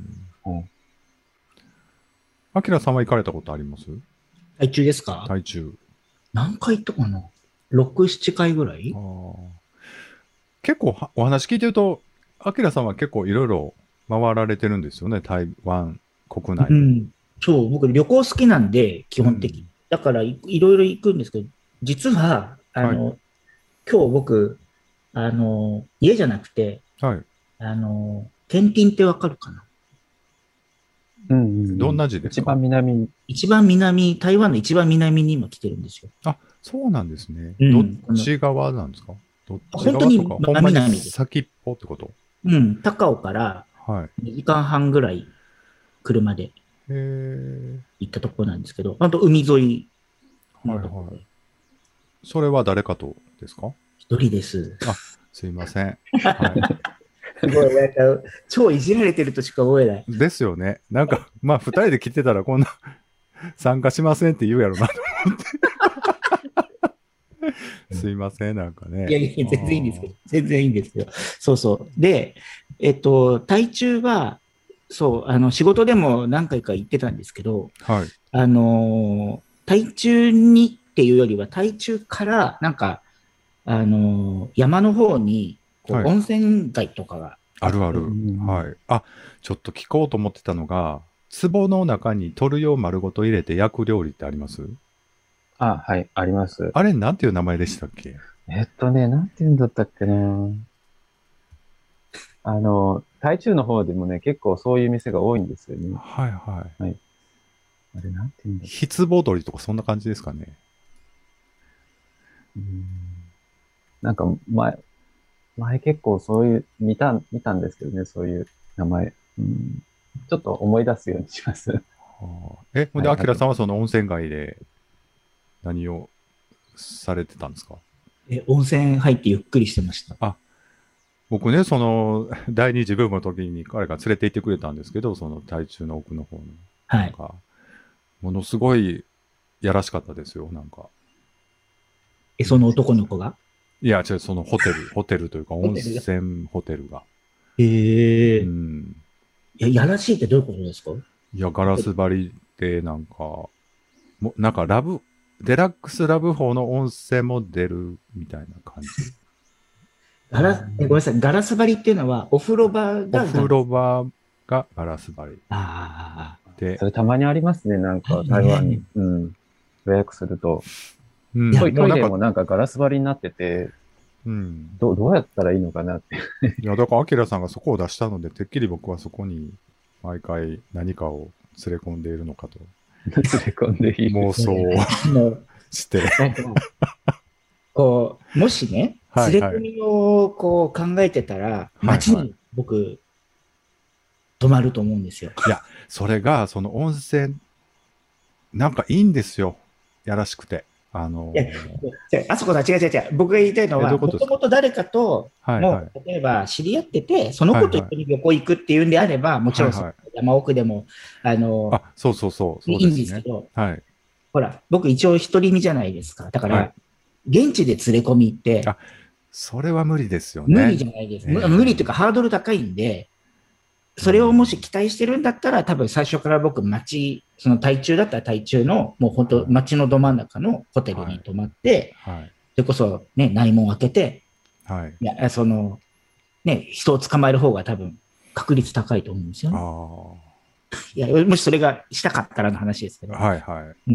はい。 アキラさんは行かれたことあります？ 台中ですか？ 台中。 何回行ったかな ?ろく、ななかいぐらい？ あ結構お話聞いてると、アキラさんは結構いろいろ回られてるんですよね、台湾国内。 うん。そう、僕旅行好きなんで、基本的に。うん、だからい、いろいろ行くんですけど、実は、あの、はい、今日僕、あの、家じゃなくて、 はい。 あの、天津ってわかるかな？ うん、うん。 どんな字ですか？ 一番南。 一番南、台湾の一番南に今来てるんですよ。 あ、そうなんですね。 うん、 どっち側なんですか？どっち側とか本当にほんまに先っぽってこと？ うん、高尾からにじかんはんぐらい車で行ったところなんですけど、本当海沿いのところ。はいはい。 それは誰かとですか？ 一人です。 あ、すいません。はいすごい、なんか、超いじられてるとしか思えない。 ですよね。なんか、まあ、二人で来てたらこんな、参加しませんって言うやろなと思って。すいません、なんかね。 いやいや、全然いいんですけど、全然いいんですけど。そうそう。で、えっと、台中は、そう、あの、仕事でも何回か行ってたんですけど、 はい。 あの、台中にっていうよりは、台中から、なんか、あの、山の方に、はい、温泉街とかがあるある。はい。あ、ちょっと聞こうと思ってたのが、壺の中に鳥を丸ごと入れて焼く料理ってあります？ あ、はい、あります。 あれ、なんていう名前でしたっけ？ えっとね、なんていうんだったっけな。あの、台中の方でもね、結構そういう店が多いんですよね。 はいはい。 はい。あれ、なんていうんだっけ？ 筆棒鳥とかそんな感じですかね。 うん。なんか、前、前結構そういう、見た、見たんですけどね、そういう名前。うん、ちょっと思い出すようにします。はあ、え、ほんで、アキラさんはその温泉街で何をされてたんですか？ え、温泉入ってゆっくりしてました。 あ、僕ね、その、第二次ブームの時に彼が連れて行ってくれたんですけど、その台中の奥の方に。 はい。 なんか、ものすごいやらしかったですよ、なんか。 え、その男の子が？ いや、違う、そのホテル、ホテルというか、温泉ホテルが。 へえ。 うん。 いや、やらしいってどういうことですか？ いや、ガラス張りで、なんか、もなんかラブ、デラックスラブ4の温泉も出るみたいな感じ。 ガラえごめんなさい、ガラス張りっていうのは、お風呂場が。 お風呂場がガラス張り。 ああ。 で、それたまにありますね、なんか、台湾に。うん。予約すると。うん、トイレもなんかガラス張りになってて、うん、ど, どうやったらいいのかなって。 いや、だから、アキラさんがそこを出したので、てっきり僕はそこに毎回何かを連れ込んでいるのかと。 連れ込んでいる。 妄想をして。 こう、もしね、連れ込みをこう考えてたら、街に僕、泊まると思うんですよ。 いや、それが、その温泉、なんかいいんですよ。やらしくて。あのー、 いやあそこだ、違う違う違う。僕が言いたいのは、もともと誰かと、はいはい、もう、例えば知り合ってて、その子と一緒に旅行行くっていうんであれば、はいはい、もちろん、はいはい、山奥でも、あのー、 あ、そうそうそう、そうですね、いいんですけど、 はい、 ほら、僕一応独り身じゃないですか。だから、はい、現地で連れ込みって、 あ、 それは無理ですよね。 無理じゃないです。えー、無理というかハードル高いんで、それをもし期待してるんだったら、多分最初から僕街、その台中だったら台中の、もう本当街のど真ん中のホテルに泊まって、はいはい、それこそね、内門開けて、はい、いや、その、ね、人を捕まえる方が多分確率高いと思うんですよね。あいや、もしそれがしたかったらの話ですけど。 はいはい。うん。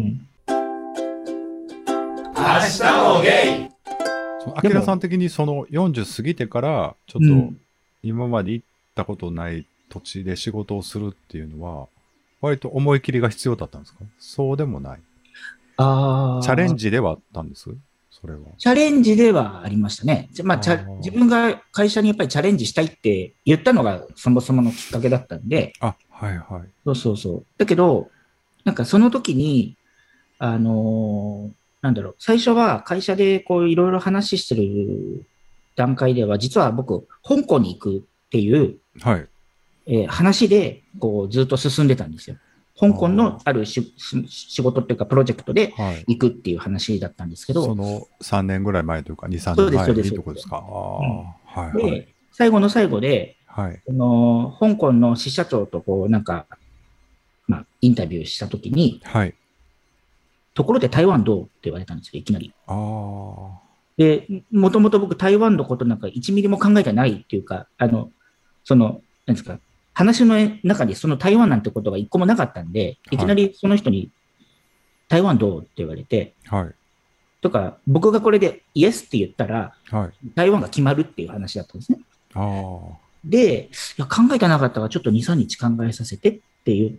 明日もゲイ。 アキラさん的にそのよんじゅう過ぎてから、ちょっと今まで行ったことない土地で仕事をするっていうのは、割と思い切りが必要だったんですか？そうでもない。ああ。チャレンジではあったんです？それは。 チャレンジではありましたね。まあ、チャ自分が会社にやっぱりチャレンジしたいって言ったのがそもそものきっかけだったんで。 あ、はいはい。 そうそうそう。だけど、なんかその時に、あのー、なんだろう、最初は会社でこういろいろ話してる段階では、実は僕、香港に行くっていう、はい。えー、話で、こうずっと進んでたんですよ。香港のあるし仕事っていうかプロジェクトで行くっていう話だったんですけど。 はい、そのさんねんぐらい前というかに、さんねんまえにとこですか。ああ、うん、はい、はい。で、最後の最後で、はい、その香港の支社長とこうなんか、まあ、インタビューしたときに、はい、ところで台湾どうって言われたんですよ、いきなり。あで、もともと僕台湾のことなんかいちミリも考えてないっていうか、あの、その、何ですか、話の中にその台湾なんてことが一個もなかったんで、いきなりその人に台湾どうって言われて、はい。とか、僕がこれでイエスって言ったら、はい、台湾が決まるっていう話だったんですね。あで、いや考えてなかったからちょっとに、さんにち考えさせてって言って、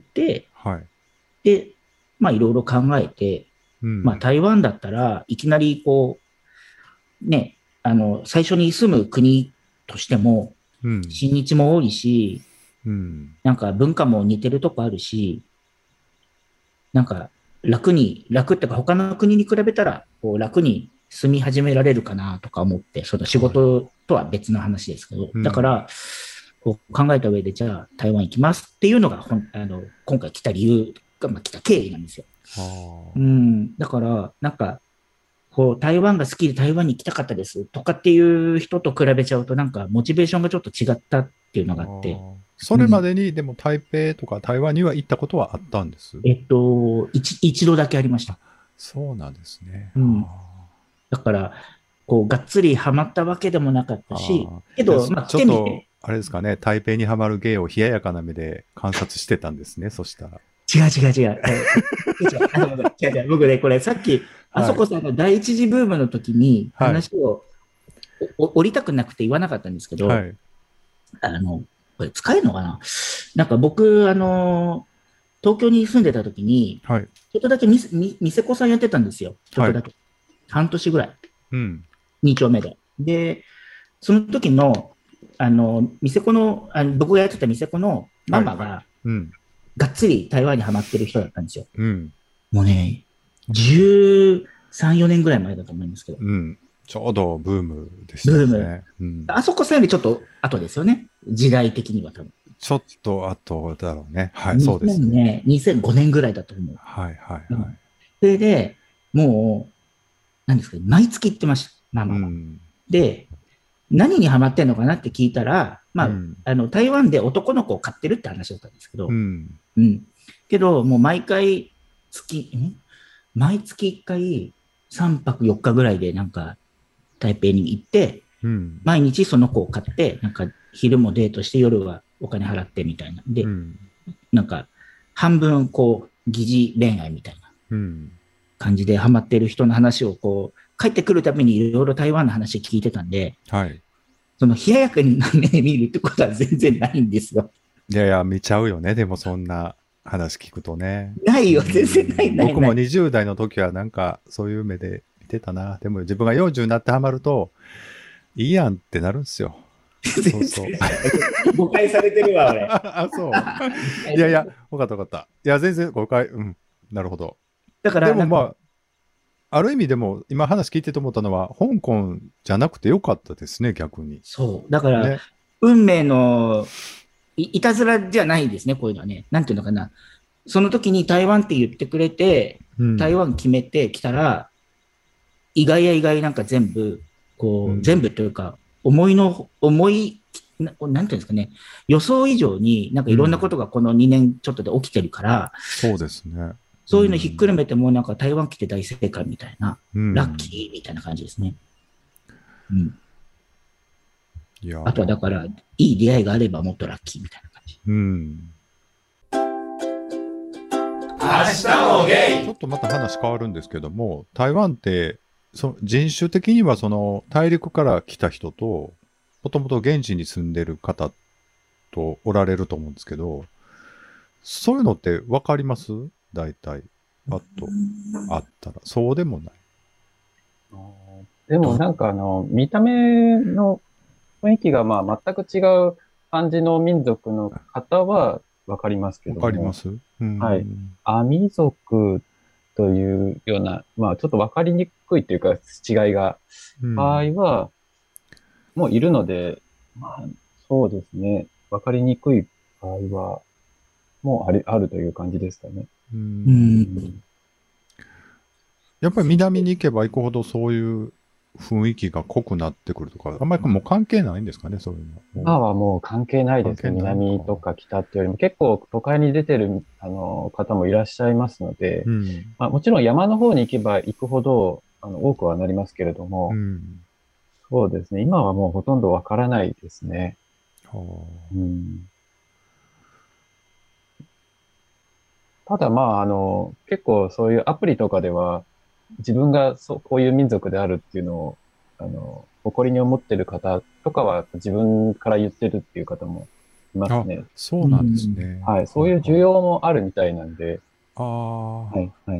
はい。で、まあいろいろ考えて、うん、まあ台湾だったらいきなりこう、ね、あの、最初に住む国としても、親日も多いし、うん、なんか文化も似てるとこあるし、なんか楽に、楽ってか他の国に比べたらこう楽に住み始められるかなとか思って、その仕事とは別の話ですけど、はい、だから、こう考えた上でじゃあ台湾行きますっていうのがほんあの今回来た理由が、まあ、来た経緯なんですよ。うん、だからなんかこう台湾が好きで台湾に行きたかったですとかっていう人と比べちゃうとなんかモチベーションがちょっと違ったっていうのがあって。 それまでに、うん、でも台北とか台湾には行ったことはあったんです。 えっと、一、一度だけありました。 そうなんですね。 うん。だから、こう、がっつりハマったわけでもなかったし、けど、まあ、 ちょっと、あれですかね、台北にハマる芸を冷ややかな目で観察してたんですね、そしたら。 違う違う違う。違う違う違う。僕ね、これさっき、あそこさんが第一次ブームの時に話を、はい、降りたくなくて言わなかったんですけど、はい、あの、これ使えるのかななんか僕、あの、東京に住んでた時に、はい、ちょっとだけみ、み、店子さんやってたんですよ。ちょっとだけ。はい、半年ぐらい。うん。に丁目で。で、その時の、あの、店子の、あの僕がやってた店子のママが、はいうん、がっつり台湾にハマってる人だったんですよ。うん。もうね、じゅうさん、よねんぐらい前だと思いますけど。 うん。ちょうどブームでしたね。ブーム。 うん、あそこさんよりちょっと後ですよね。時代的には多分。 ちょっと後だろうね。はい、そうですね。にせんごねんぐらいだと思う。 はいはいはい。 うん、それで、もう、何ですか、毎月行ってました。ママは。うん、で、何にハマってんのかなって聞いたら、まあ、うん、あの、台湾で男の子を飼ってるって話だったんですけど、うん。うん。けど、もう毎回月、ん毎月いっかいさんぱくよっかぐらいでなんか、台北に行って、うん、毎日その子を買って、なんか昼もデートして夜はお金払ってみたいな。で、うん、なんか半分こう疑似恋愛みたいな感じでハマってる人の話をこう帰ってくるたびにいろいろ台湾の話聞いてたんで、はい、その冷ややかな目で見るってことは全然ないんですよ。 いやいや、見ちゃうよね。でもそんな話聞くとね。 ないよ、全然ないない。 僕もにじゅう代の時はなんかそういう目でてたな。でも自分がよんじゅうになってハマると、いいやんってなるんですよ。そうそう。 誤解されてるわ、俺。 あ、そう。いやいや、分かった分かった。いや、全然誤解、うん。なるほど。 だから、 でもまあ、ある意味でも、今話聞いてて思ったのは、香港じゃなくてよかったですね、逆に。 そう。だから、ね、運命のい、いたずらじゃないですね、こういうのはね。なんていうのかな。その時に台湾って言ってくれて、うん、台湾決めてきたら、意外や意外なんか全部、 こう、うん、全部というか、思いの、思い、ななんていうんですかね、予想以上になんかいろんなことがこのにねんちょっとで起きてるから、 うん、そうですね。 そういうのひっくるめてもなんか台湾来て大正解みたいな、うん、ラッキーみたいな感じですね。うん。いやあとはだから、いい出会いがあればもっとラッキーみたいな感じ。うん。 明日もゲイ。ちょっとまた話変わるんですけども、台湾ってそ人種的にはその大陸から来た人と、もともと現地に住んでる方とおられると思うんですけど、そういうのって分かります？大体。パッとあったら。そうでもない。 でもなんかあの、見た目の雰囲気がまあ全く違う感じの民族の方は分かりますけども。 分かります？うん、 はい。アミ族というような、まあちょっと分かりにくいというか違いが、場合は、もういるので、まあそうですね。分かりにくい場合は、もうある、あるという感じですかね。うん。 やっぱり南に行けば行くほどそういう雰囲気が濃くなってくるとか、あんまりもう関係ないんですかね、そういうの。 今はもう関係ないですね。南とか北っていうよりも、結構都会に出てるあの方もいらっしゃいますので、うん、まあ、もちろん山の方に行けば行くほどあの多くはなりますけれども、うん、そうですね。今はもうほとんどわからないですね。うん、ただまあ、あの、結構そういうアプリとかでは、自分がそう、こういう民族であるっていうのを、あの、誇りに思ってる方とかは自分から言ってるっていう方もいますね。 そうなんですね。 はい。そういう需要もあるみたいなんで。 ああ。 はい、はい。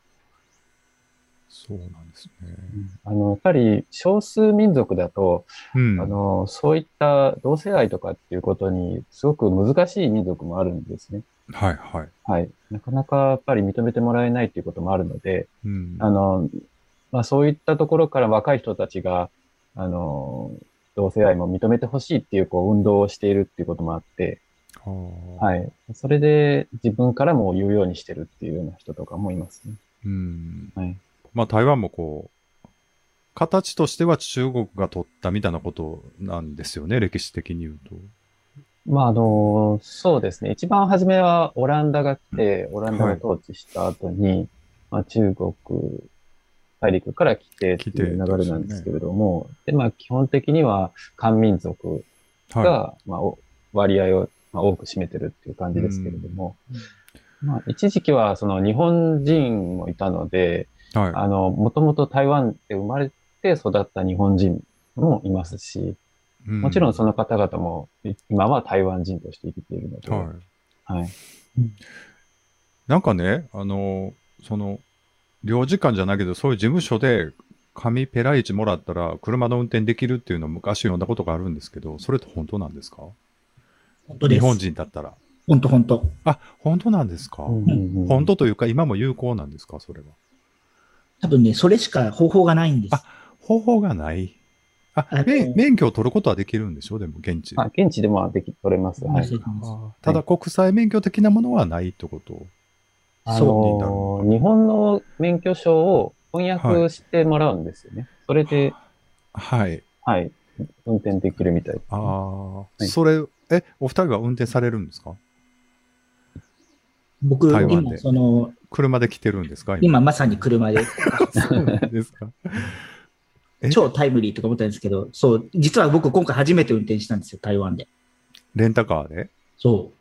そうなんですね。 あの、やっぱり少数民族だと、うん、あの、そういった同性愛とかっていうことにすごく難しい民族もあるんですね。 はいはい。 はい。なかなかやっぱり認めてもらえないっていうこともあるので、うん、あの、まあそういったところから若い人たちが、あの、同性愛も認めてほしいっていうこう運動をしているっていうこともあって、はい。それで自分からも言うようにしてるっていうような人とかもいますね。うん。 はい。まあ台湾もこう、形としては中国が取ったみたいなことなんですよね、歴史的に言うと。 まあ、あの、そうですね。一番初めはオランダが来て、オランダが統治した後に、はい、まあ、中国大陸から来てっていう流れなんですけれども、で、ね、まあ、基本的には漢民族が、はい、まあ、割合を多く占めてるっていう感じですけれども、まあ、一時期はその日本人もいたので、はい、あの、もともと台湾で生まれて育った日本人もいますし、もちろんその方々も今は台湾人として生きているので。はい。はい。 なんかね、あの、その、領事館じゃないけど、そういう事務所で紙ペライチもらったら車の運転できるっていうのを昔読んだことがあるんですけど、それって本当なんですか？ 本当です。 日本人だったら。 本当本当。 あ、本当なんですか？うん、本当というか今も有効なんですか？それは。 多分ね、それしか方法がないんです。 あ、方法がない。あ、免許を取ることはできるんでしょ？でも、現地で。 あ、現地でもでき、取れます。はい。 ただ、国際免許的なものはないってこと？ そう。日本の免許証を翻訳してもらうんですよね。はい、それで、 はい。 はい。運転できるみたいです、ね。 ああ、はい、それ、え、お二人は運転されるんですか？ 僕、今、その、 車で来てるんですか？ 今、今まさに車で。 そうなんですか？ 超タイムリーとか思ったんですけど、そう、実は僕今回初めて運転したんですよ、台湾で。 レンタカーで？ そう。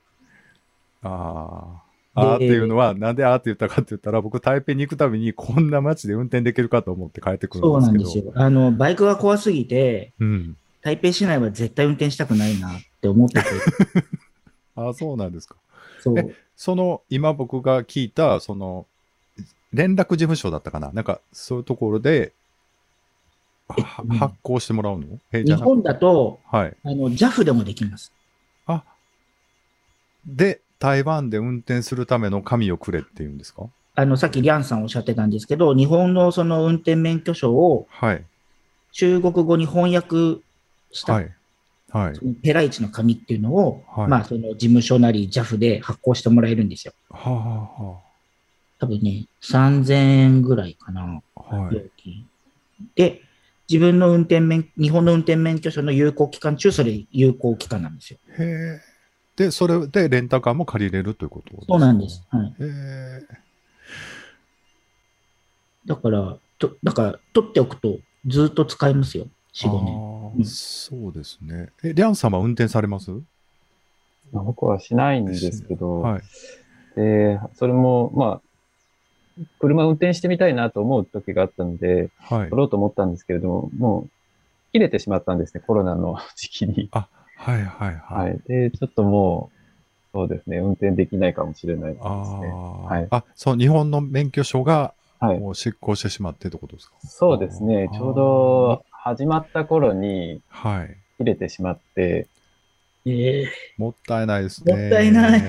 ああ。あーっていうのは、なんであーって言ったかって言ったら、僕台北に行くたびにこんな街で運転できるかと思って帰ってくるんですけど。 そうなんですよ。あの、バイクが怖すぎて、 うん、 台北市内は絶対運転したくないなって思ってて。 ああ、そうなんですか。そう。え、その、今僕が聞いた、その、連絡事務所だったかな？なんか、そういうところで、発行してもらうの？ 日本だと、 はい、 あの ジャフ でもできます。 あ、で、台湾で運転するための紙をくれっていうんですか？ あの、さっきリャンさんおっしゃってたんですけど、日本のその運転免許証を、中国語に翻訳した、はいはい、そのペライチの紙っていうのを、はい、まあ、その事務所なり ジャフ で発行してもらえるんですよ。 はあはあ、多分ね、さんぜんえんぐらいかな。はい、で、 自分の運転免、日本の運転免許証の有効期間中、それ有効期間なんですよ。 へえ。で、それでレンタカーも借りれるということですか？ そうなんです。はい。へえ。 だから、と、だから、取っておくとずっと使えますよ。よん、ごねん。 うん、そうですね。え、リャン様運転されます？ 僕はしないんですけど、 はい。 で、それも、まあ、車運転してみたいなと思う時があったので、はい、取ろうと思ったんですけれども、もう、切れてしまったんですね、コロナの時期に。 あ、はいはいはい。 はい。で、ちょっともう、そうですね、運転できないかもしれないですね。あ、 はい。あ、そう、日本の免許証が、もう執行してしまってってことですか？ そうですね、ちょうど始まった頃に、 はい。 切れてしまって、 ええー、 もったいないですね。 もったいない。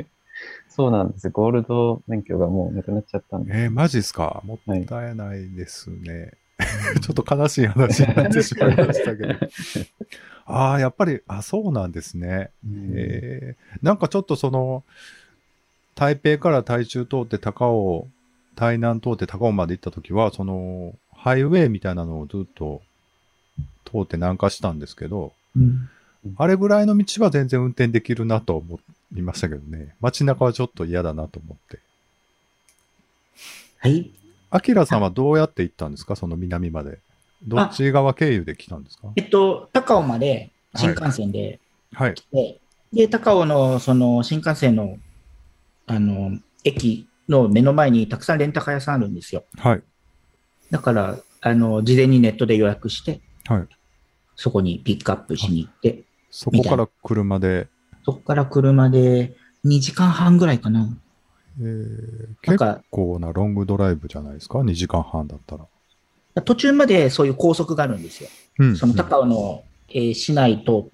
そうなんです。ゴールド免許がもうなくなっちゃったんです。 えー、マジですか？もったいないですね。はい、ちょっと悲しい話になってしまいましたけど。ああ、やっぱり、あ、そうなんですね。えー、なんかちょっとその、台北から台中通って高尾、台南通って高尾まで行った時は、その、ハイウェイみたいなのをずっと通って南下したんですけど、うん、あれぐらいの道は全然運転できるなと思いましたけどね。街中はちょっと嫌だなと思って。 はい。 アキラさんはどうやって行ったんですか？その南まで。どっち側経由で来たんですか？ えっと、高尾まで新幹線で来て、はいはい、で、高尾のその新幹線の、あの、駅の目の前にたくさんレンタカー屋さんあるんですよ。 はい。 だから、あの、事前にネットで予約して、 はい。 そこにピックアップしに行って、 そこから車で。 そこから車でにじかんはんぐらいかな。 えー、結構なロングドライブじゃないですか？ に 時間半だったら。 途中までそういう高速があるんですよ。うん、その高尾の、えー、市内通って、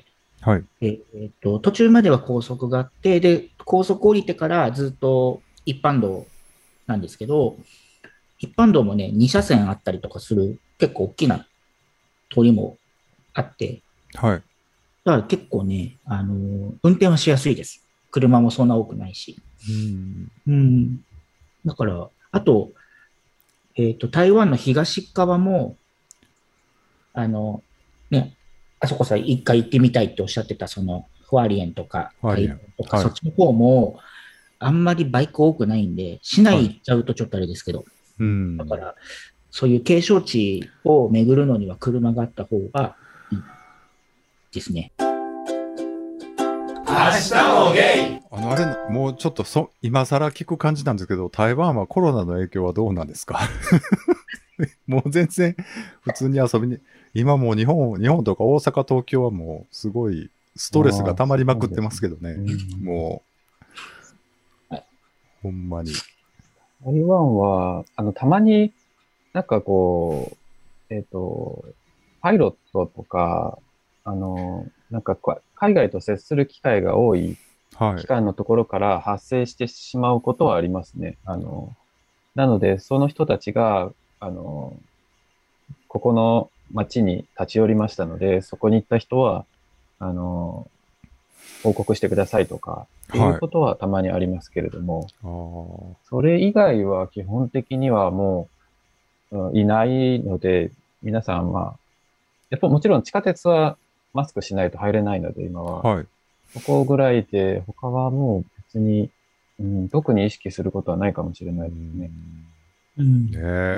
はいえーえー、と途中までは高速があって、で、高速降りてからずっと一般道なんですけど、一般道もね、に車線あったりとかする結構大きな通りもあって、 はい。 だから結構ね、あのー、運転はしやすいです。車もそんな多くないし。 うん。 うん。だから、あと、えっと、台湾の東側も、あの、ね、あそこさ、一回行ってみたいっておっしゃってた、その、フワリエンとか、台湾とか、はい、そっちの方も、あんまりバイク多くないんで、市内行っちゃうとちょっとあれですけど、はい、 うん。 だから、そういう景勝地を巡るのには車があった方がいいですね。 明日もゲイ。 あの、あれ、もうちょっとそ、今更聞く感じなんですけど、台湾はコロナの影響はどうなんですか？もう全然、普通に遊びに、今もう日本、日本とか大阪、東京はもう、すごい、ストレスが溜まりまくってますけどね。もう、ほんまに。 台湾は、あの、たまに、なんかこう、えっと、パイロットとか、あの、なんか海外と接する機会が多い機関のところから発生してしまうことはありますね。あの、なので、その人たちが、あの、ここの町に立ち寄りましたので、そこに行った人は、あの、報告してくださいとか、っていうことはたまにありますけれども、はい、それ以外は基本的にはもう、うん、いないので、皆さんは、やっぱもちろん地下鉄はマスクしないと入れないので、今は。 はい。 そこぐらいで、他はもう別に、うん、特に意識することはないかもしれないですね。 うん、ねえ、うん。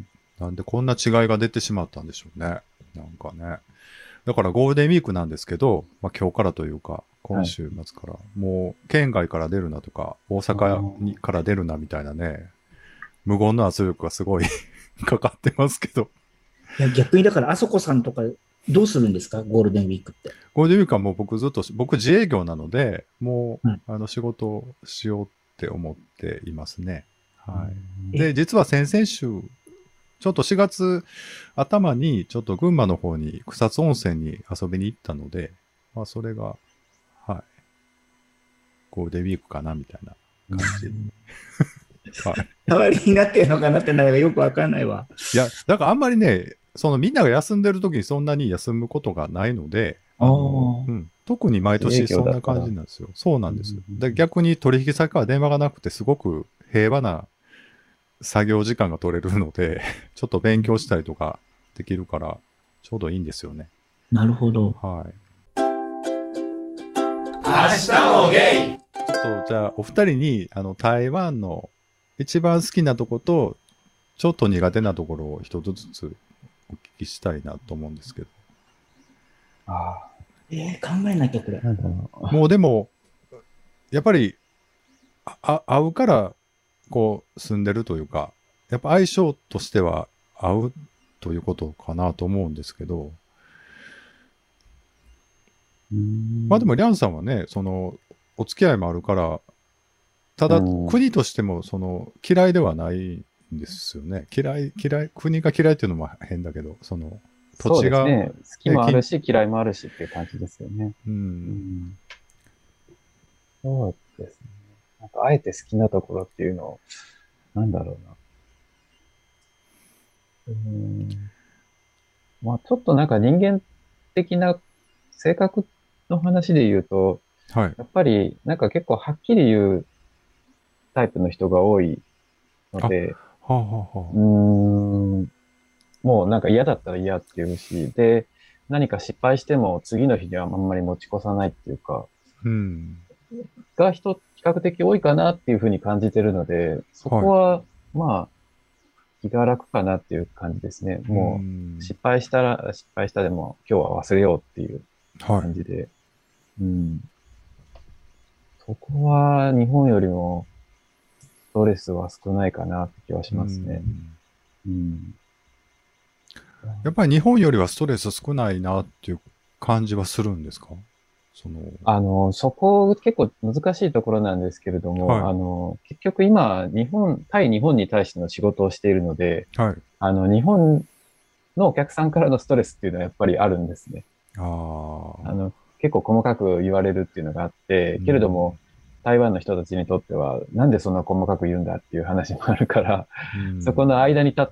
なんでこんな違いが出てしまったんでしょうね。なんかね。だからゴールデンウィークなんですけど、まあ今日からというか、今週末から、はい、もう県外から出るなとか、大阪にから出るなみたいなね、無言の圧力がすごいかかってますけど。 いや逆にだからあそこさんとかどうするんですか、ゴールデンウィークって。 ゴールデンウィークはもう僕ずっと、僕自営業なので、もう、うん、あの仕事をしようって思っていますね。はい。で、実は先々週、ちょっとしがつ頭にちょっと群馬の方に草津温泉に遊びに行ったので、まあそれが、はい。ゴールデンウィークかなみたいな感じ。 はい。代わりになってるのかなってないがよくわかんないわ。 いや、だからあんまりね、そのみんなが休んでる時にそんなに休むことがないので、あの、うん、特に毎年そんな感じなんですよ。そうなんです。で逆に取引先から電話がなくてすごく平和な作業時間が取れるので、ちょっと勉強したりとか、 できるから、ちょうどいいんですよね。 なるほど。 はい。 明日もゲイ。 ちょっと、じゃあ、お二人に、あの、台湾の一番好きなとこと、ちょっと苦手なところを一つずつお聞きしたいなと思うんですけど。 ああ。 えー、考えなきゃこれ。 もうでも、やっぱり、あ、合うから、こう、住んでるというか、やっぱ相性としては合うということかなと思うんですけど、 うーんまあでも、リャンさんはね、その、お付き合いもあるから、ただ、国としても、その、嫌いではないんですよね。嫌い、嫌い、国が嫌いっていうのも変だけど、その、土地が。 そうですね。好きもあるし、嫌いもあるしっていう感じですよね。 うん。 うん、そうですね。なんか、あえて好きなところっていうのを、なんだろうな。うーん。まあ、ちょっとなんか人間的な性格の話で言うと、 はい。 やっぱり、なんか結構はっきり言うタイプの人が多いので、 はあ、はあはあ、 うーん、もうなんか嫌だったら嫌って言うし、で、何か失敗しても次の日にはあんまり持ち越さないっていうか、 うん。 が人、比較的多いかなっていうふうに感じてるので、そこは、まあ、気が楽かなっていう感じですね。もう、失敗したら、失敗したでも今日は忘れようっていう感じで。はい、うん。そこは日本よりもストレスは少ないかなって気はしますね。うん、うん、 やっぱり日本よりはストレス少ないなっていう感じはするんですか？そのあの、そこ結構難しいところなんですけれども、はい、あの、結局今、日本、対日本に対しての仕事をしているので、はい、あの、日本のお客さんからのストレスっていうのはやっぱりあるんですね。ああの結構細かく言われるっていうのがあって、けれども、台湾の人たちにとっては、なんでそんな細かく言うんだっていう話もあるから、そこの間に立って、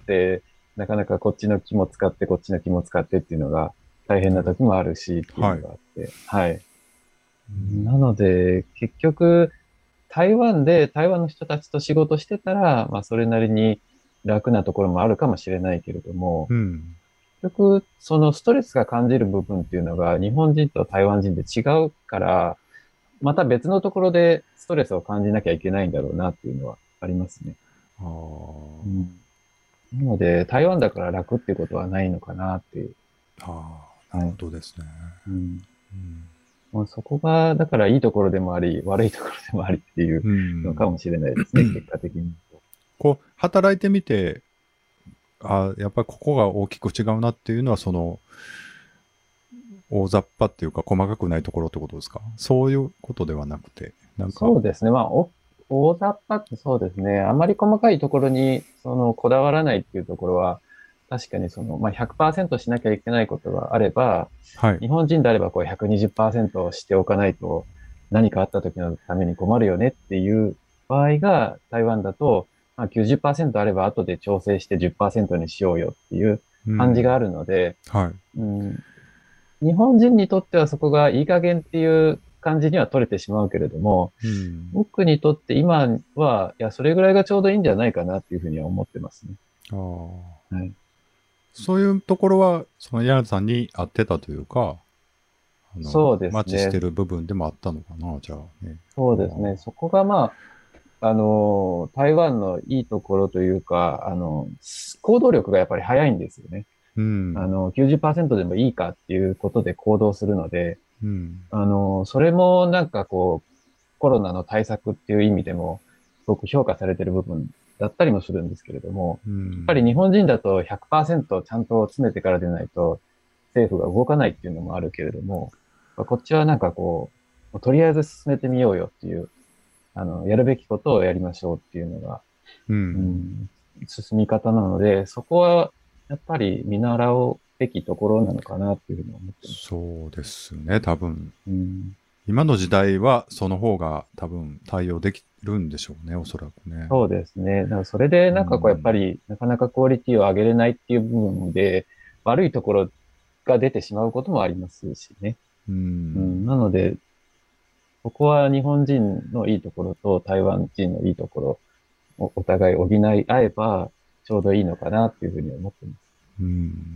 なかなかこっちの気も使って、こっちの気も使ってっていうのが大変な時もあるし、っていうのがあって、はい、はい。なので、結局、台湾で台湾の人たちと仕事してたら、まあそれなりに楽なところもあるかもしれないけれども、うん、結局、そのストレスが感じる部分っていうのが日本人と台湾人で違うから、また別のところでストレスを感じなきゃいけないんだろうなっていうのはありますね。あうん、なので、台湾だから楽っていうことはないのかなっていう。 ああ、なるほどですね。はい、うんうんまあ、そこが、だからいいところでもあり、悪いところでもありっていうのかもしれないですね、うん、結果的に。 こう、働いてみて、あやっぱりここが大きく違うなっていうのは、その、大雑把っていうか細かくないところってことですか？そういうことではなくて、なんか。 そうですね。まあ、大雑把ってそうですね。あまり細かいところに、その、こだわらないっていうところは、確かにその、まあ、ひゃくパーセント しなきゃいけないことがあれば、はい、日本人であればこう ひゃくにじゅっパーセント しておかないと何かあった時のために困るよねっていう場合が台湾だと、まあ、きゅうじゅっパーセント あれば後で調整して じゅっパーセント にしようよっていう感じがあるので、うんはいうん、日本人にとってはそこがいい加減っていう感じには取れてしまうけれども、うん、僕にとって今は、いや、それぐらいがちょうどいいんじゃないかなっていうふうには思ってますね。あはいそういうところは、その柳さんに合ってたというか、 あのそうですね。 マッチしてる部分でもあったのかな、じゃあね。 そうですね。そこがまあ、あの、台湾のいいところというか、あの、行動力がやっぱり早いんですよね。うん。あの、きゅうじゅっパーセント でもいいかっていうことで行動するので、うん。あの、それもなんかこう、コロナの対策っていう意味でも、すごく評価されてる部分だったりもするんですけれども、うん、やっぱり日本人だと ひゃくパーセント ちゃんと詰めてからでないと政府が動かないっていうのもあるけれども、こっちはなんかこう、とりあえず進めてみようよっていう、あの、やるべきことをやりましょうっていうのが、うんうん、進み方なので、そこはやっぱり見習うべきところなのかなっていうふうに思ってます。 そうですね、多分。うん今の時代はその方が多分対応できるんでしょうね、おそらくね。 そうですね。だからそれでなんかこうやっぱり、なかなかクオリティを上げれないっていう部分で悪いところが出てしまうこともありますしね。うん、うん、なので、ここは日本人のいいところと台湾人のいいところをお互い補い合えばちょうどいいのかなっていうふうに思ってます。 ううん。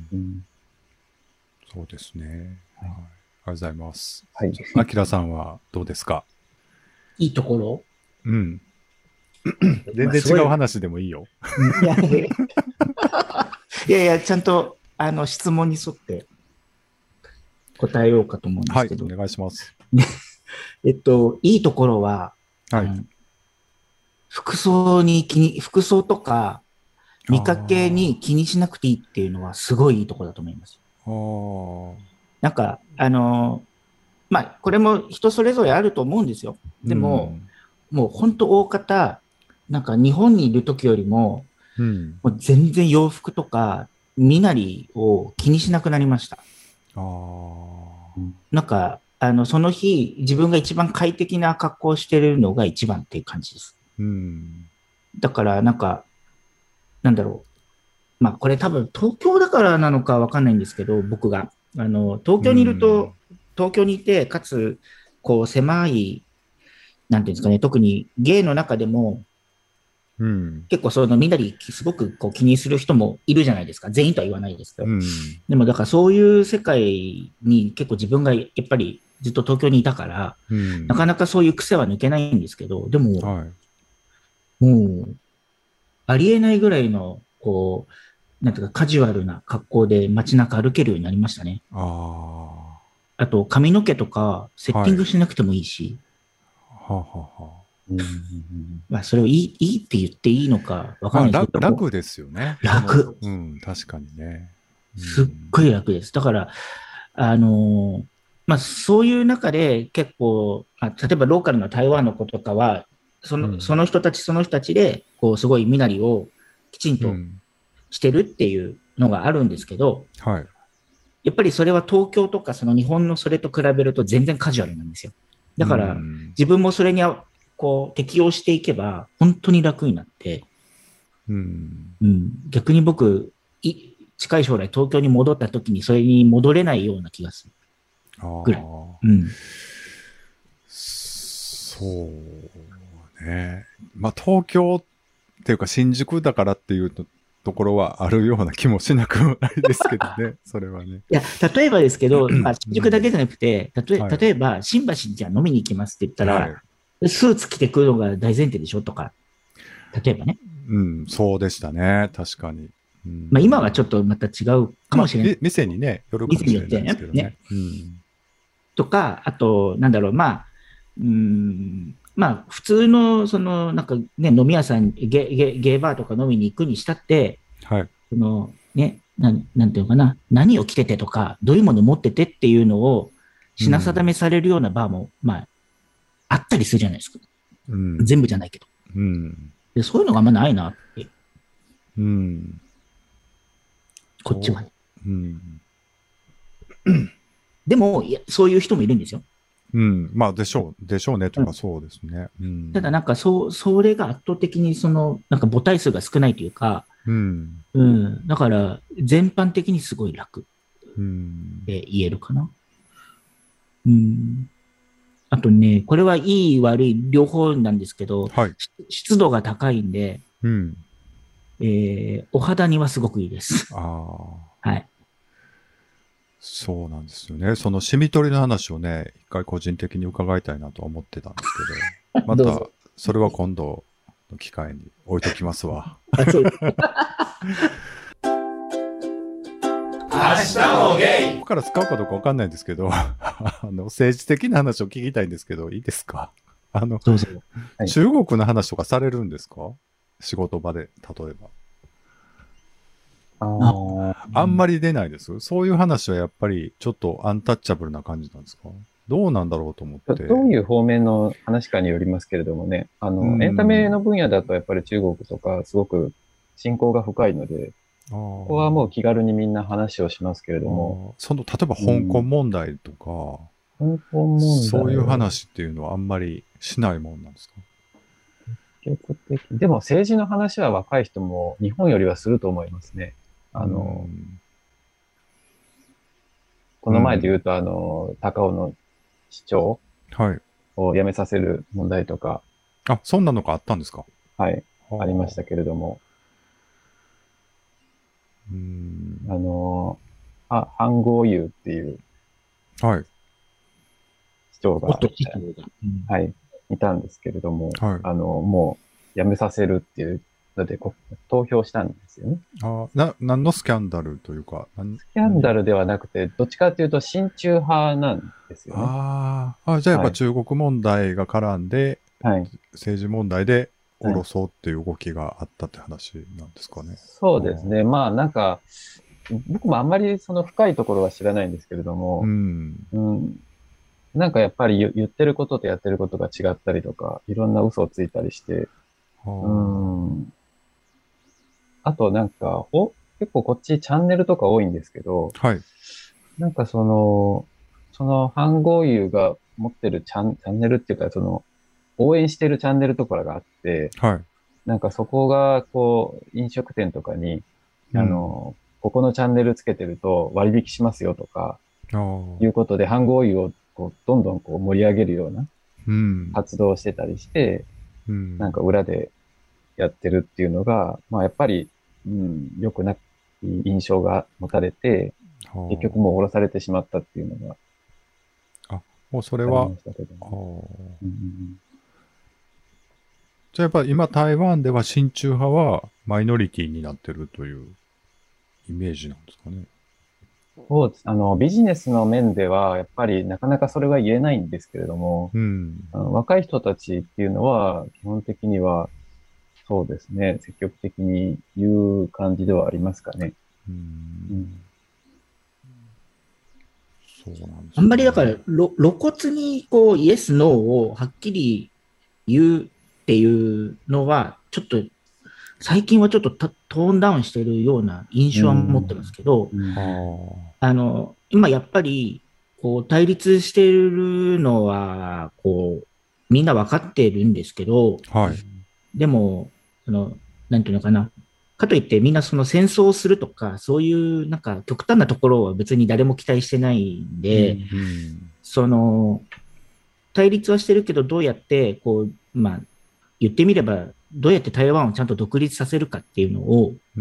うん、そうですね。はい。ありがとうございます。はい。あきらさんはどうですか？ いいところ？ うん。全然違う話でもいいよ。 いやいやいや、ちゃんと、あの、質問に沿って答えようかと思うんですけど。 はい、お願いします。 えっと、いいところは、 はい、 服装に気に、服装とか、見かけに気にしなくていいっていうのはすごいいいところだと思います。なんか、あの、まあ、これも人それぞれあると思うんですよ。でも、うん、もう本当大方、なんか日本にいる時よりも、うん、もう全然洋服とか身なりを気にしなくなりました。あなんか、あの、その日、自分が一番快適な格好をしてるのが一番っていう感じです。うん、だから、なんか、なんだろう。まあ、これ多分東京だからなのかわかんないんですけど、僕が。あの、東京にいると、東京にいて、かつ、こう、狭い、なんていうんですかね、特にゲイの中でも、うん、結構そのみんなですごくこう気にする人もいるじゃないですか。全員とは言わないですけど。うん、でもだからそういう世界に結構自分がやっぱりずっと東京にいたから、うん、なかなかそういう癖は抜けないんですけど、でも、はい、もう、ありえないぐらいの、こう、なんていうかカジュアルな格好で街中歩けるようになりましたね。ああと、髪の毛とかセッティングしなくてもいいし。はい、はあはあはあうんまあ、それをいい、いいって言っていいのかわかんないですけど、 まあ、楽ですよね。 楽。 うん、確かにね。 うん、すっごい楽です。だから、あのー、まあ、そういう中で結構、あ例えばローカルの台湾の子とかは、その、うん、その人たちその人たちで、こう、すごい身なりをきちんとしてるっていうのがあるんですけど、うん、はい。やっぱりそれは東京とかその日本のそれと比べると全然カジュアルなんですよ。だから、自分もそれにこう適応していけば本当に楽になって、うんうん、逆に僕い、近い将来東京に戻った時にそれに戻れないような気がするぐらい。うん、 そうね。まあ東京っていうか新宿だからっていうと、ところはあるような気もしなくもないですけどね、それはね。 いや、例えばですけど、まあ、新宿だけじゃなくて、例え、はい、例えば、新橋にじゃあ飲みに行きますって言ったら、はい、スーツ着てくるのが大前提でしょとか、例えばね。 うん、そうでしたね、確かに。 うん、まあ今はちょっとまた違うかもしれない。まあ、 店にね、よるかもしれないですけどね。ねうん、 とか、あと、なんだろう、まあ、うん、まあ、普通の、その、なんかね、飲み屋さん、ゲゲゲーバーとか飲みに行くにしたって、はい。その、ね、なん、なんていうのかな、何を着ててとか、どういうもの持っててっていうのを品定めされるようなバーも、うん、まあ、あったりするじゃないですか。うん、全部じゃないけど。うん、で。そういうのがあんまないなって。うん。こっちはね。うん。でもいや、そういう人もいるんですよ。 うん。まあ、でしょう。でしょうねとか、そうですね。 うん、ただなんか、そう、それが圧倒的にその、なんか母体数が少ないというか、うん。うん。だから、全般的にすごい楽。うん。で言えるかな。うん。あとね、これはいい悪い両方なんですけど、はい、湿度が高いんで、うん。えー、お肌にはすごくいいです。ああ。はい。 そうなんですよね。そのシミ取りの話をね、一回個人的に伺いたいなと思ってたんですけど、また、それは今度の機会に置いときますわ。あ、そうです。明日もゲイ。ここから使うかどうかわかんないんですけど、あの、政治的な話を聞きたいんですけど、いいですか？あの、そうそう、はい、中国の話とかされるんですか？仕事場で、例えば。ああんまり出ないです。そういう話はやっぱりちょっとアンタッチャブルな感じなんですか？どうなんだろうと思って。 どういう方面の話かによりますけれどもね、あの、エンタメの分野だとやっぱり中国とかすごく親交が深いので、ここはもう気軽にみんな話をしますけれども。 その、例えば香港問題とか、うん、香港問題そういう話っていうのはあんまりしないもんなんですか？ 積極的。でも政治の話は若い人も日本よりはすると思いますね。あの、うん、この前で言うと、あの、高尾の市長を辞めさせる問題とか。 あ、そんなのがあったんですか？ はい。ありましたけれども。 うん、 あの、あ、韓国遊っていう、 はい。 市長が、うん、はい、いたんですけれども、はい、あの、もう、辞めさせるっていうので、投票したんですよね。 あな、何のスキャンダルというか。 スキャンダルではなくて、どっちかというと、親中派なんですよね。 ああ、じゃあやっぱ中国問題が絡んで、はい、政治問題で下ろそうっていう動きがあったって話なんですかね。はい、 そうですね。まあなんか、僕もあんまりその深いところは知らないんですけれども、うん、うん、なんかやっぱり言ってることとやってることが違ったりとか、いろんな嘘をついたりして、うん、あとなんかお、結構こっちチャンネルとか多いんですけど、 はい、 なんかその、その飯合友が持ってるチャンチャンネルっていうか、その、応援してるチャンネルとかがあって、 はい、 なんかそこがこう、飲食店とかに、あの、うん、ここのチャンネルつけてると割引しますよとか、いうことで、飯合友をこうどんどんこう盛り上げるような活動をしてたりして、うん、なんか裏でやってるっていうのが、まあやっぱり、うん、良くない印象が持たれて、結局もう降ろされてしまったっていうのが。 あ、もうそれは、うん、じゃあやっぱり今台湾では親中派はマイノリティになってるというイメージなんですかね。 そうです。あの、ビジネスの面では、やっぱりなかなかそれは言えないんですけれども、うん、あの若い人たちっていうのは、基本的には、そうですね、積極的に言う感じではありますかね。うん、うんそうなんですね、あんまりだから露骨にこうイエス・ノーをはっきり言うっていうのはちょっと最近はちょっとトーンダウンしているような印象は持ってますけど、うんうん、あの今やっぱりこう対立しているのはこうみんな分かっているんですけど、はい、でもそのなんていうのかな、かといってみんなその戦争をするとか、そういうなんか極端なところは別に誰も期待してないんで、うんうん、その、対立はしてるけどどうやって、こう、まあ、言ってみれば、どうやって台湾をちゃんと独立させるかっていうのを、うん、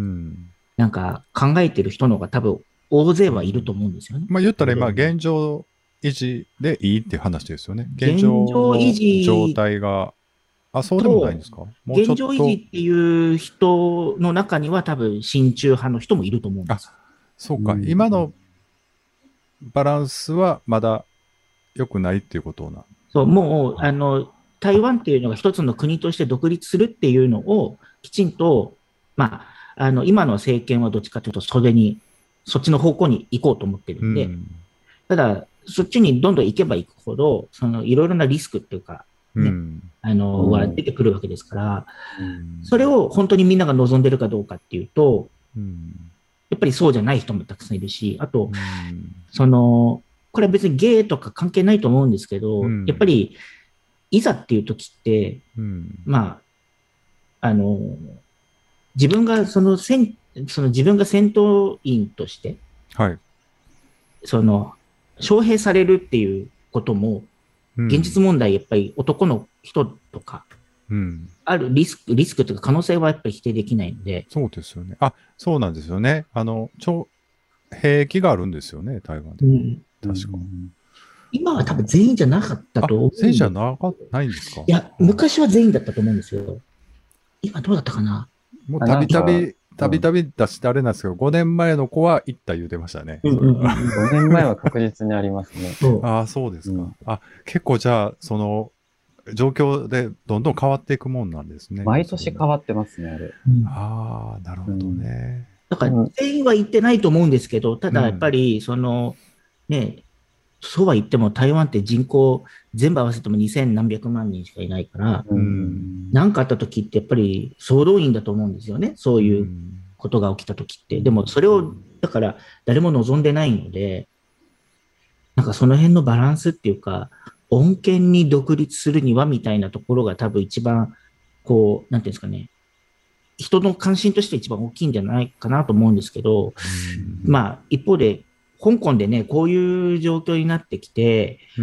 なんか考えてる人の方が多分大勢はいると思うんですよね。 まあ言ったら今現状維持でいいっていう話ですよね。 現状維持状態があ、そうでもないんですか？もうちょっと現状維持っていう人の中には多分親中派の人もいると思うんです。 あ、そうか。うん、今のバランスはまだ良くないっていうことな。 そう、もう、あの、台湾っていうのが一つの国として独立するっていうのをきちんと、まあ、あの、今の政権はどっちかというとそれに、そっちの方向に行こうと思ってるんで、うん、ただ、そっちにどんどん行けば行くほど、そのいろいろなリスクっていうか、ね、うん、あの、は出てくるわけですから、うん、それを本当にみんなが望んでるかどうかっていうと、うん、やっぱりそうじゃない人もたくさんいるし、あと、うん、その、これは別にゲイとか関係ないと思うんですけど、うん、やっぱり、いざっていう時って、うん、まあ、あの、自分がその戦、その自分が戦闘員として、はい、その、招聘されるっていうことも、現実問題、やっぱり男の人とか、うん、あるリスク、リスクというか可能性はやっぱり否定できないので。 そうですよね。あ、そうなんですよね。あの、超、兵器があるんですよね、台湾で。うん、確か。 今は多分全員じゃなかったと思う。 全員じゃなかないんですか？ いや、昔は全員だったと思うんですよ。今どうだったかな？ もうたびたび、たびたび出してあれなんですけど、ごねんまえの子は行った言うてましたね。うんうんうん、 ごねんまえは確実にありますね。 ああ、そうですか。うん、あ、結構じゃあ、その、状況でどんどん変わっていくもんなんですね。 毎年変わってますね、あれ。 うん、ああ、なるほどね。 だから、全員は行ってないと思うんですけど、ただやっぱり、その、ね、そうは言っても台湾って人口全部合わせてもにせんなんびゃくまんにんしかいないから、何、うん、かあった時ってやっぱり総動員だと思うんですよね。そういうことが起きた時って。でもそれを、だから誰も望んでないので、なんかその辺のバランスっていうか、穏健に独立するにはみたいなところが多分一番、こう、なんていうんですかね、人の関心として一番大きいんじゃないかなと思うんですけど、まあ一方で、香港でね、こういう状況になってきて、うん、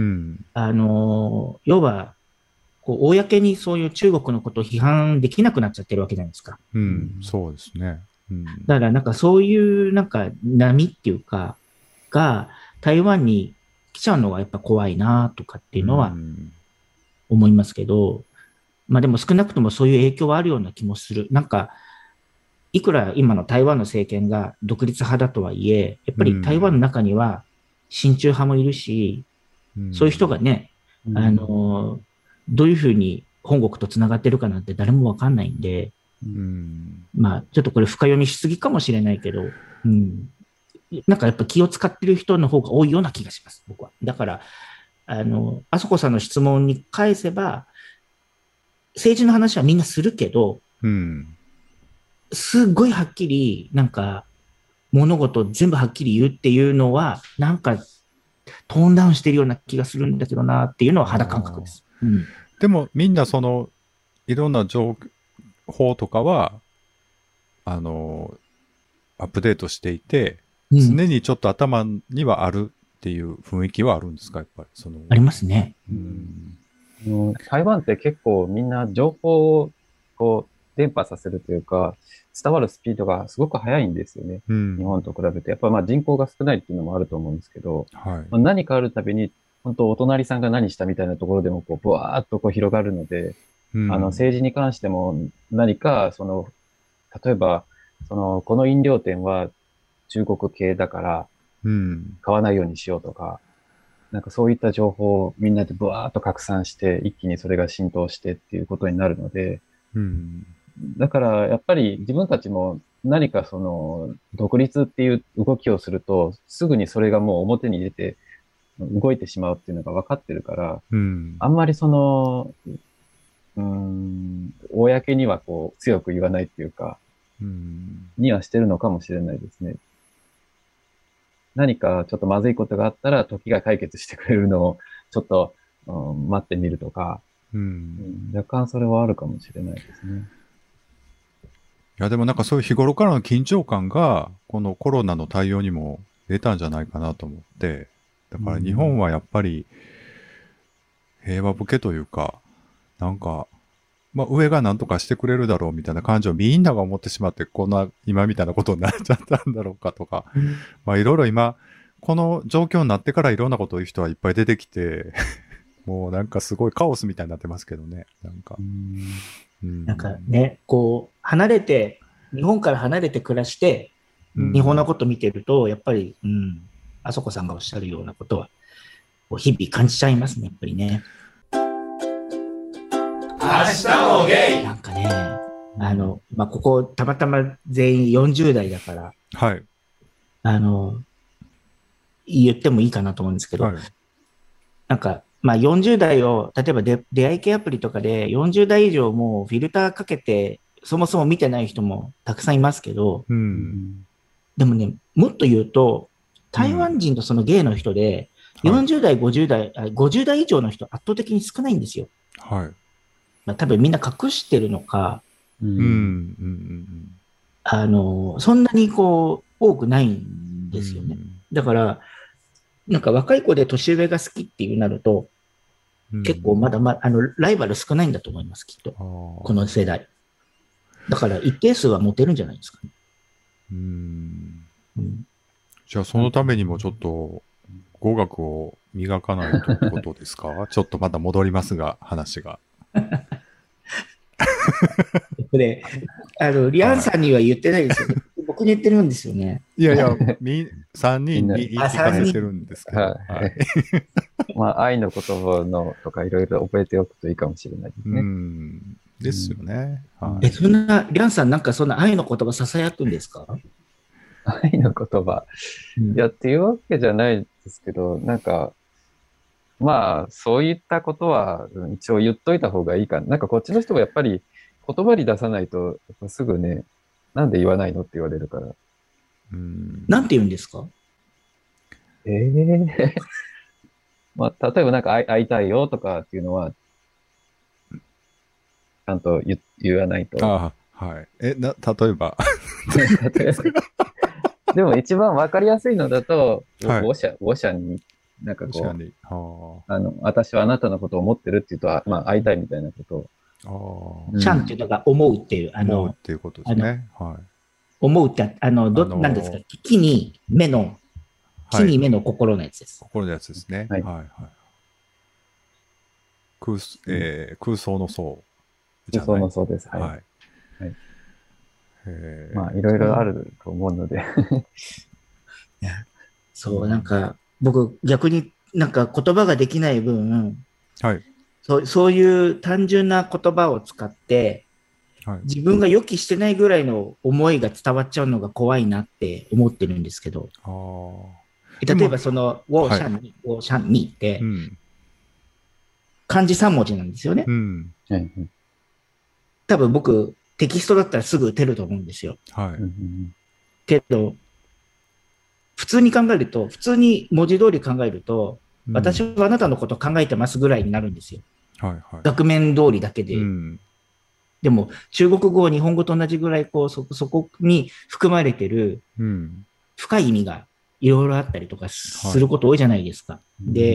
あの、要は、こう、公にそういう中国のことを批判できなくなっちゃってるわけじゃないですか。 うん、そうですね。 うん、 だからなんかそういうなんか波っていうか、が台湾に来ちゃうのがやっぱ怖いなとかっていうのは思いますけど、まあでも少なくともそういう影響はあるような気もする。なんか、いくら今の台湾の政権が独立派だとはいえ、やっぱり台湾の中には親中派もいるし、うん、そういう人がね、うん、あの、どういうふうに本国と繋がってるかなんて誰もわかんないんで、うん、まあちょっとこれ深読みしすぎかもしれないけど、うん、なんかやっぱ気を使ってる人の方が多いような気がします、僕は。だから、あの、あそこさんの質問に返せば、政治の話はみんなするけど、うん、すっごいはっきり、なんか、物事全部はっきり言うっていうのは、なんか、トーンダウンしてるような気がするんだけどなっていうのは肌感覚です。うん、 でも、みんなその、いろんな情報とかは、あの、アップデートしていて、うん、常にちょっと頭にはあるっていう雰囲気はあるんですか、やっぱり。そのありますね。 うん台湾って結構みんな情報をこう伝播させるというか、伝わるスピードがすごく速いんですよね。うん、日本と比べて。やっぱりまあ人口が少ないっていうのもあると思うんですけど、はいまあ、何かあるたびに、本当お隣さんが何したみたいなところでもこう、ブワーっとこう広がるので、うん、あの政治に関しても何か、その、例えば、その、この飲料店は中国系だから、買わないようにしようとか、なんかそういった情報をみんなでブワーっと拡散して、一気にそれが浸透してっていうことになるので、うん、だからやっぱり自分たちも何かその独立っていう動きをすると、すぐにそれがもう表に出て動いてしまうっていうのが分かってるから、うん、あんまりその、うーん、公にはこう強く言わないっていうか、うん、にはしてるのかもしれないですね。何かちょっとまずいことがあったら時が解決してくれるのをちょっと、うん、待ってみるとか、うん、若干それはあるかもしれないですね。 いやでもなんかそういう日頃からの緊張感がこのコロナの対応にも出たんじゃないかなと思って、だから日本はやっぱり平和ボケというか、なんかまあ上が何とかしてくれるだろうみたいな感じをみんなが思ってしまって、こんな今みたいなことになっちゃったんだろうかとか、まあいろいろ今この状況になってからいろんなことを言う人はいっぱい出てきてもうなんかすごいカオスみたいになってますけどね、なんかうん、なんかね、こう離れて日本から離れて暮らして日本のこと見てると、やっぱり、うん、あそこさんがおっしゃるようなことは日々感じちゃいますね、やっぱりね。 明日もゲイ。 なんかね、あの、まあ、ここたまたま全員よんじゅう代だから、 はい。 あの、言ってもいいかなと思うんですけど、はい、なんか、まあ、よんじゅう代を、例えばで出会い系アプリとかでよんじゅう代以上もうフィルターかけて、そもそも見てない人もたくさんいますけど、うん、でもね、もっと言うと、台湾人とそのゲイの人で、よんじゅう代、ごじゅう代、ごじゅう代以上の人圧倒的に少ないんですよ。 はい。 まあ、多分みんな隠してるのか、うんうんうん、あの、そんなにこう、多くないんですよね。うん、だから、なんか若い子で年上が好きっていうなると、うん、結構まだまだ、あの、ライバル少ないんだと思います、きっと。この世代。だから一定数は持てるんじゃないですかね。 うん、うん、じゃあそのためにもちょっと語学を磨かないということですかちょっとまた戻りますが、話が。 これ、あの、リアンさんには言ってないですよね。はい、僕に言ってるんですよね。 いやいや、み、三人に言い聞かせてるんですけど。はい。はい、 まあ、愛の言葉のとかいろいろ覚えておくといいかもしれないですね。 うん。ですよね。 うん、はい、え、そんな、リアンさんなんかそんな愛の言葉囁くんですか？ 愛の言葉。いや、っていうわけじゃないですけど、なんか、まあ、そういったことは一応言っといた方がいいかな。なんかこっちの人がやっぱり言葉に出さないと、すぐね、なんで言わないのって言われるから。 うん。なんて言うんですか？ ええー、まあ、例えばなんか会い、会いたいよとかっていうのは、ちゃんと 言, 言わないと。 ああ、はい。え、な、例えば例えばでも一番わかりやすいのだと、はい、ウォシャ、ウォシャに、なんかこう、あの、私はあなたのことを思ってるっていうと、まあ、会いたいみたいなことを。 シャンっていうのが思うっていう、 あの、思うっていうことですね。はい。 思うって、あの、ど、あのー、なんですか、木に目の、木に目の心のやつです。 はい、心のやつですね。はい、はい、はい。空、えー、空想の層じゃない。空想の層です。はい。はい。はい、まあ、いろいろあると思うので。 そう、なんか、僕、逆になんか言葉ができない分、 はい。 そう、そういう単純な言葉を使って、はい、自分が予期してないぐらいの思いが伝わっちゃうのが怖いなって思ってるんですけど。あ例えばその、ウォーシャンに、ウォーシャンにって、うん、漢字さん文字なんですよね。うん、多分僕、テキストだったらすぐ打てると思うんですよ。はい。けど、普通に考えると、普通に文字通り考えると、うん、私はあなたのこと考えてますぐらいになるんですよ。はいはい、額面通りだけで。うん、でも、中国語は日本語と同じぐらい、こう、そ、そこに含まれてる、深い意味がいろいろあったりとかすること多いじゃないですか。はい、で、うん、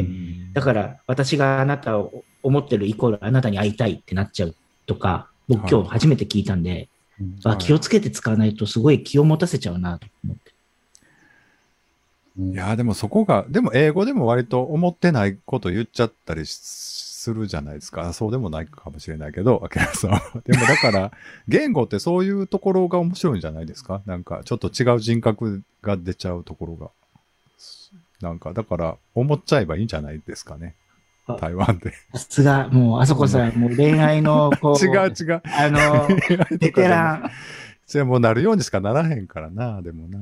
だから私があなたを思ってるイコールあなたに会いたいってなっちゃうとか、僕今日初めて聞いたんで、はい、あ気をつけて使わないとすごい気を持たせちゃうなと思って。 いやでもそこが、でも英語でも割と思ってないこと言っちゃったりするじゃないですか。そうでもないかもしれないけど、明さんは。でもだから、言語ってそういうところが面白いんじゃないですか。なんかちょっと違う人格が出ちゃうところが。なんかだから思っちゃえばいいんじゃないですかね。台湾で。 さすが、もうあそこさん、もう恋愛のこう。 違う違う。 あの、ベテラン。 じゃあもうなるようにしかならへんからな、でもな。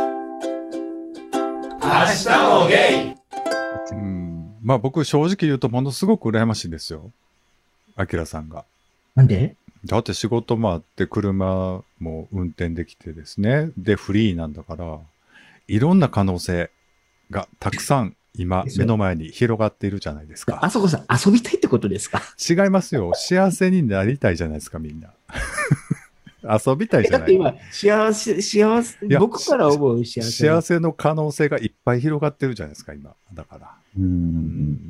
明日もゲイ。うん。まあ僕正直言うとものすごく羨ましいですよ。アキラさんが。 なんで？ だって仕事もあって車も運転できてですね。で、フリーなんだから、いろんな可能性がたくさん今目の前に広がっているじゃないですか。 あそこさん遊びたいってことですか？ 違いますよ。幸せになりたいじゃないですか、みんな。遊びたいじゃない。 だって今、幸せ、幸せ、僕から思う幸せ。 幸せの可能性がいっぱい広がってるじゃないですか、今。だから。うん。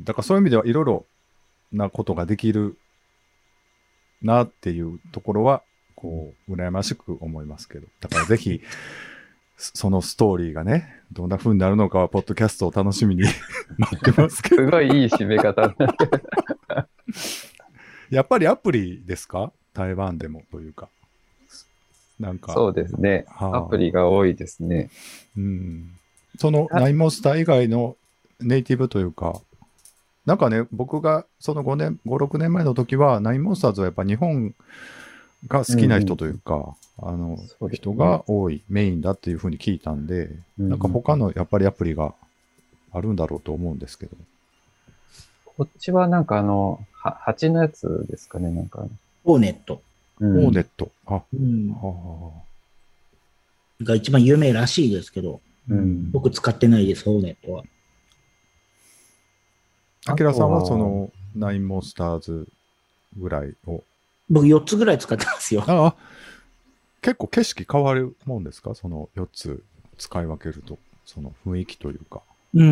だからそういう意味ではいろいろなことができるなっていうところは、こう、羨ましく思いますけど。だからぜひ、そのストーリーがね、どんな風になるのかは、ポッドキャストを楽しみに待ってますけど。 すごいいい締め方になってる。 やっぱりアプリですか？台湾でもというか。なんか。 そうですね。はあ、アプリが多いですね。 うん。そのナインモンスター以外のネイティブというか、なんかね、僕がそのごねん、ご、ろくねんまえの時は、ナインモンスターズはやっぱ日本が好きな人というか、うん、あの、ね、人が多いメインだっていうふうに聞いたんで、うん、なんか他のやっぱりアプリがあるんだろうと思うんですけど。 こっちはなんかあの、は、蜂のやつですかね、なんか。 オーネット。 オーネット。あ、 うん。はあ、が一番有名らしいですけど、うん、僕使ってないです、オーネットは。 アキラさんはそのナインモンスターズぐらいを。 僕よっつぐらい使ってますよ。 ああ。結構景色変わるもんですか？そのよっつ使い分けると、その雰囲気というか。 うん。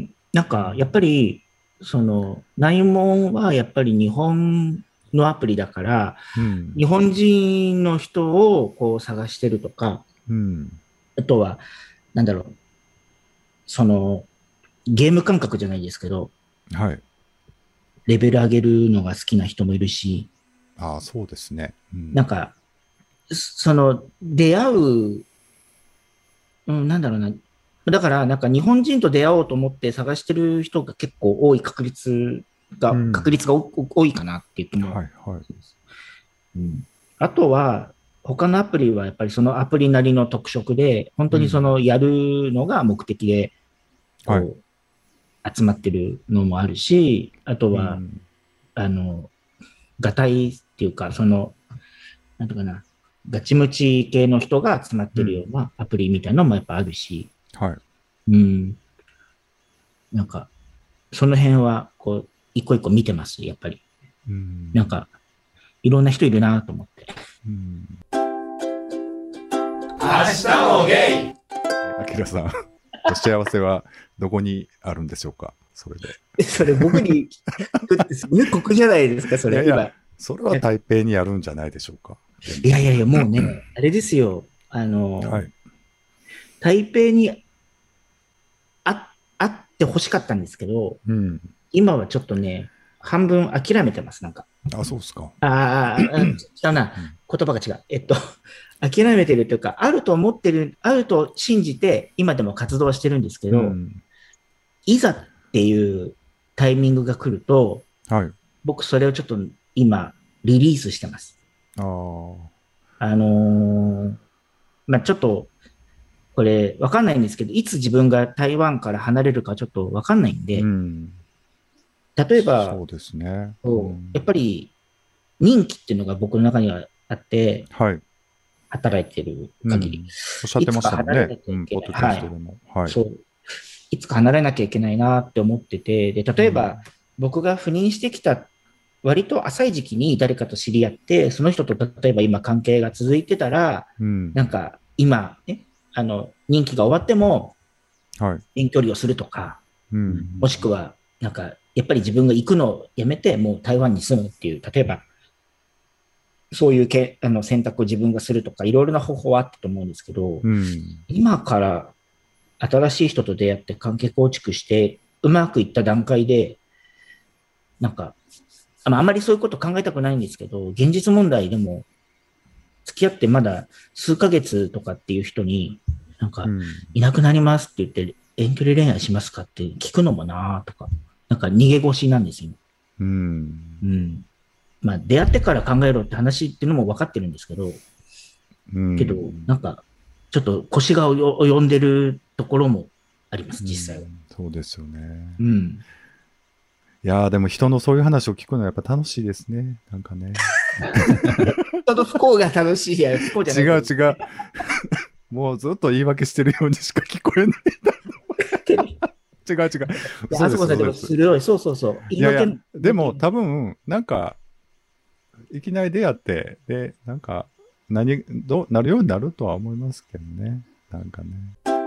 なんか、やっぱり、その、ナインモンはやっぱり日本のアプリだから、うん、日本人の人をこう探してるとか、うん、あとは、なんだろう、その、ゲーム感覚じゃないですけど、 はい。 レベル上げるのが好きな人もいるし。 ああ、そうですね。 うん、なんか、その、出会う、うん、なんだろうな。だから、なんか日本人と出会おうと思って探してる人が結構多い確率が、うん、確率が多いかなって言っても。はいはい。うん、あとは、他のアプリはやっぱりそのアプリなりの特色で、本当にそのやるのが目的で、こう、はい集まってるのもあるし、あとは、うん、あの、ガタイっていうか、その、なんとかな、ガチムチ系の人が集まってるようなアプリみたいなのもやっぱあるし、 はい。 うん。なんか、その辺は、こう、一個一個見てます、やっぱり。うん、なんか、いろんな人いるなと思って。うん、 明日もゲイ。 アキラさん。幸せはどこにあるんでしょうか？それで。 それ僕に聞くってすごい酷じゃないですか、それ。いやいやそれは台北にあるんじゃないでしょうか。 いやいやいや、もうね、あれですよ。 あの、 はい、 台北にあ、あって欲しかったんですけど、 うん、 今はちょっとね、半分諦めてます、なんか。 あ、そうですか。 ああ、違うな、言葉が違う。えっと、諦めてるというか、あると思ってる、あると信じて、今でも活動してるんですけど、うん、いざっていうタイミングが来ると、 はい、 僕それをちょっと今、リリースしてます。 ああ。 あのー、まあ、ちょっと、これ、わかんないんですけど、いつ自分が台湾から離れるかちょっとわかんないんで、うん、例えば、 そうですね。 うん、やっぱり、任期っていうのが僕の中にはあって、 はい、 働いてる限り、うん、 おっしゃってましたもんね。うん、ポッドキャストでも、はいはい、 そう。いつか離れなきゃいけないなって思ってて、で、例えば、うん、僕が赴任してきた割と浅い時期に誰かと知り合って、その人と例えば今関係が続いてたら、うん、なんか今ね、あの、任期が終わっても、遠距離をするとか、はいうん、もしくは、なんか、やっぱり自分が行くのをやめて、もう台湾に住むっていう、例えば、そういうけあの選択を自分がするとか、いろいろな方法はあったと思うんですけど、うん、今から新しい人と出会って関係構築して、うまくいった段階で、なんか、あんまりそういうこと考えたくないんですけど、現実問題でも、付き合ってまだ数ヶ月とかっていう人に、なんか、いなくなりますって言って、遠距離恋愛しますかって聞くのもなとか、なんか逃げ腰なんですよ。うん。うん。まあ、出会ってから考えろって話っていうのも分かってるんですけど、うん、けど、なんか、ちょっと腰が及んでるところもあります、実際は。うん、 そうですよね。うん。いやーでも人のそういう話を聞くのはやっぱ楽しいですね。なんかね。 人の不幸が楽しいや、不幸じゃない。 違う違う。もうずっと言い訳してるようにしか聞こえない。違う違う。 あそこさんでもすごい、そうそうそう。 いやいや、でも多分、なんか、いきなり出会って、で、なんか、何、どうなるようになるとは思いますけどね。なんかね。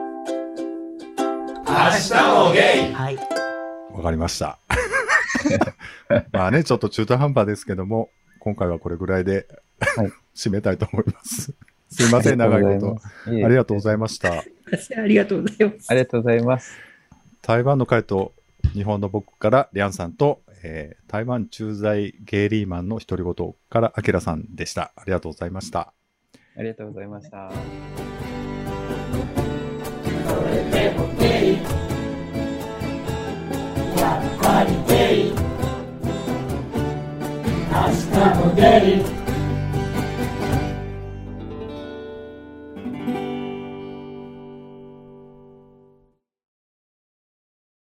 明日もゲイ。 はい。 わかりました。まあね、ちょっと中途半端ですけども、今回はこれぐらいで、はい、締めたいと思います。すいません、長いこと。ありがとうございました。 ありがとうございます。 ありがとうございます。 台湾の会と日本の僕からリャンさんと、えー、台湾駐在ゲイリーマンの独り言からアキラさんでした。ありがとうございました。 ありがとうございました。 それでもゲイ、やっぱりゲイ、明日もゲイ。